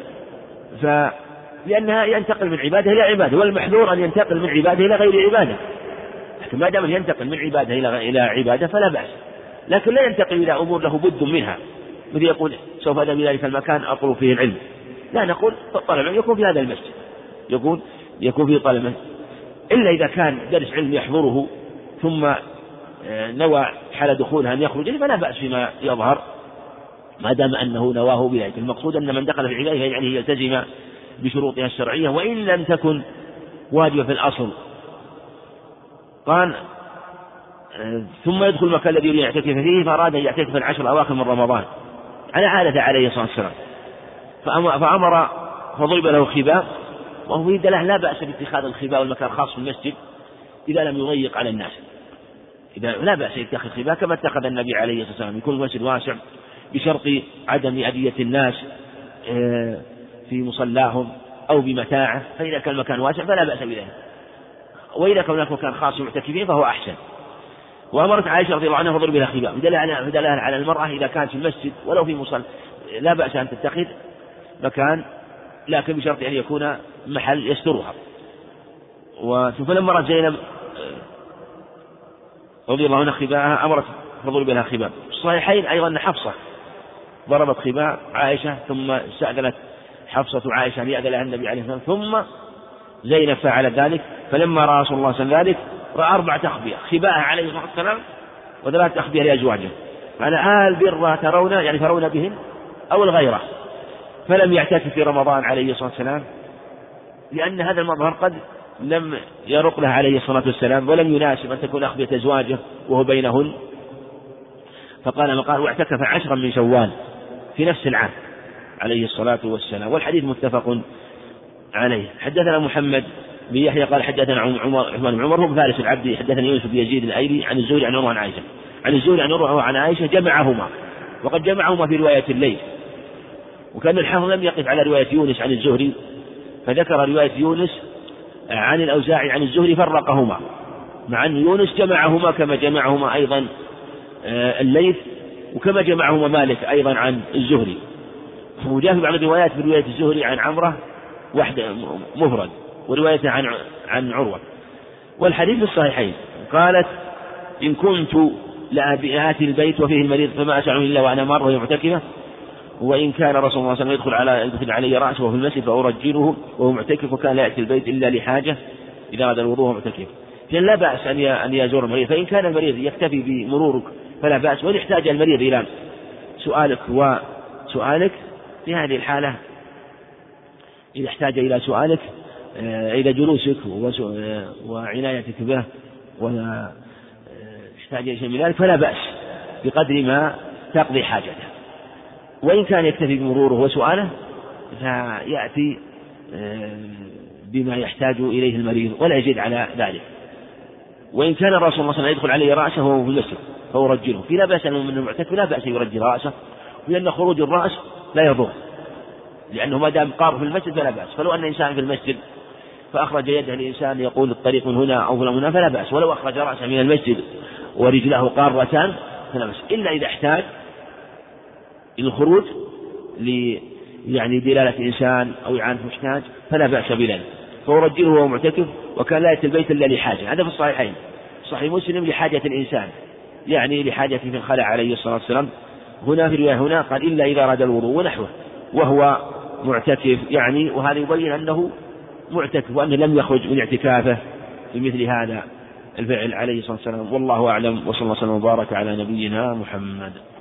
فلأنها ينتقل من عبادة إلى عبادة، والمحذور أن ينتقل من عبادة إلى غير عبادة، لكن ما دام ينتقل من عبادة إلى عبادة فلا بأس، لكن لا ينتقل إلى أمور له بد منها، مثل يقول سوف أذهب إلى ذلك المكان أطلب فيه العلم، لا، نقول طلب العلم يكون في هذا المسجد، يكون يكون فيه طلب، إلا إذا كان درس علم يحضره ثم نوى حال دخولها أن يخرج فلا بأس فيما يظهر ما دام أنه نواه بذلك. المقصود أن من دخل في العبادة يعني يلتزم بشروطها الشرعية وإن لم تكن واجبة في الأصل. قال ثم يدخل المكان الذي يريد يعتكف فيه، فأراد أن يعتكف العشر الأواخر من رمضان على عادة عليه الصلاة والسلام، فأمر فضرب له خباء، وهو يدل لا بأس باتخاذ الخباء والمكان خاص في المسجد إذا لم يضيق على الناس، إذا لا بأس يتخذ خباء كما اتخذ النبي عليه الصلاة والسلام، يكون المسجد واسع بشرط عدم أذية الناس في مصلاهم أو بمتاعه، فإذا كان المكان واسع فلا بأس بذلك، وإذا كان هناك مكان خاص معتكفين فهو أحسن. وأمرت عائشة رضي الله عنها فضرب بها خباء، بدلها على المرأة إذا كانت في المسجد ولو في مصلى لا بأس أن تتخذ مكان، لكن بشرط أن يكون محل يسترها. فلما رأت زينب رضي الله عنها خباءها أمرت فضرب بها خباء. الصحيحين أيضا أن حفصة ضربت خباء عائشة ثم استأذنت حفصة عائشة أن يأذن لها النبي عليه الصلاة والسلام، ثم زينب فعل ذلك، فلما رأى رسول الله صلى الله عليه وسلم ذلك رأى أربعة أخبية خباءها عليه الصلاة والسلام وثلاثة أخبية لأزواجه، على آل بر ترون يعني ترون بهن أو الغيرة، فلم يعتكف في رمضان عليه الصلاة والسلام لأن هذا المظهر قد لم يرق له عليه الصلاة والسلام ولم يناسب أن تكون أخبية أزواجه وهو بينهن، فقال ما قال واعتكف عشرا من شوال في نفس العام عليه الصلاة والسلام. والحديث متفق عليه. حدثنا محمد بن يحيى قال حدثنا عمر عثمان بن عمر هو فارس العبد، حدثني يوسف بن يزيد الأيلي عن الزهري عن عروة عن عائشة عن الزهري عن عروة عن عائشة جمعهما، وقد جمعهما في رواية الليل، وكان الحافظ لم يقف على رواية يونس عن الزهري فذكر رواية يونس عن الأوزاعي عن الزهري فرقهما، مع أن يونس جمعهما كما جمعهما أيضا الليث وكما جمعهما مالك أيضا عن الزهري، وجاء في بعض الروايات في رواية الزهري عن عمرة واحدة مفرد ورواية عن عن عروة. والحديث الصحيحين قالت إن كنت لآتي البيت وفيه المريض فما أسعه إلا وأنا مار وهي معتكفة، وإن كان رسول الله صلى الله عليه وسلم يدخل على يدخل علي رأسه وهو في المسجد فأرجله وهو معتكف، وكان لا يأتي البيت إلا لحاجة إذا أراد الوضوء وهو معتكف، فإن لا بأس أن أن يزور المريض، فإن كان المريض يكتفي بمرورك فلا بأس، وإن احتاج المريض إلى سؤالك وسؤالك في هذه الحالة، إذا احتاج إلى سؤالك إلى جلوسك وعنايتك به واحتاج إلى شيء من ذلك فلا بأس بقدر ما تقضي حاجته، وإن كان يكتفي بمروره وسؤاله فيأتي بما يحتاج إليه المريض ولا يزيد على ذلك. وإن كان الرسول صلى الله عليه وسلم يدخل عليه رأسه وهو في المسجد فأرجله، في لا بأس من المعتكف لا بأس يرجل رأسه، لأن خروج الرأس لا يضر، لأنه ما دام قار في المسجد فلا بأس. فلو أن إنسان في المسجد فأخرج يده الإنسان يقول الطريق من هنا أو من هنا فلا بأس، ولو أخرج رأسه من المسجد ورجله قارتان فلا بأس، إلا إذا احتاج الخروج ل يعني دلالة إنسان أو إعانة محتاج فلا بأس بذلك، فأرجله وهو معتكف، وكان لا يأتي البيت إلا لحاجة. هذا في الصحيحين، صحيح مسلم لحاجة الإنسان يعني لحاجة في الخلاء عليه الصلاة والسلام. هنا في الرواية هنا قال إلا إذا أراد الوضوء ونحوه وهو معتكف يعني، وهذا يبين أنه معتكف وأنه لم يخرج من اعتكافه في مثل هذا الفعل عليه الصلاة والسلام. والله أعلم، وصلى الله وسلم وبارك على نبينا محمد.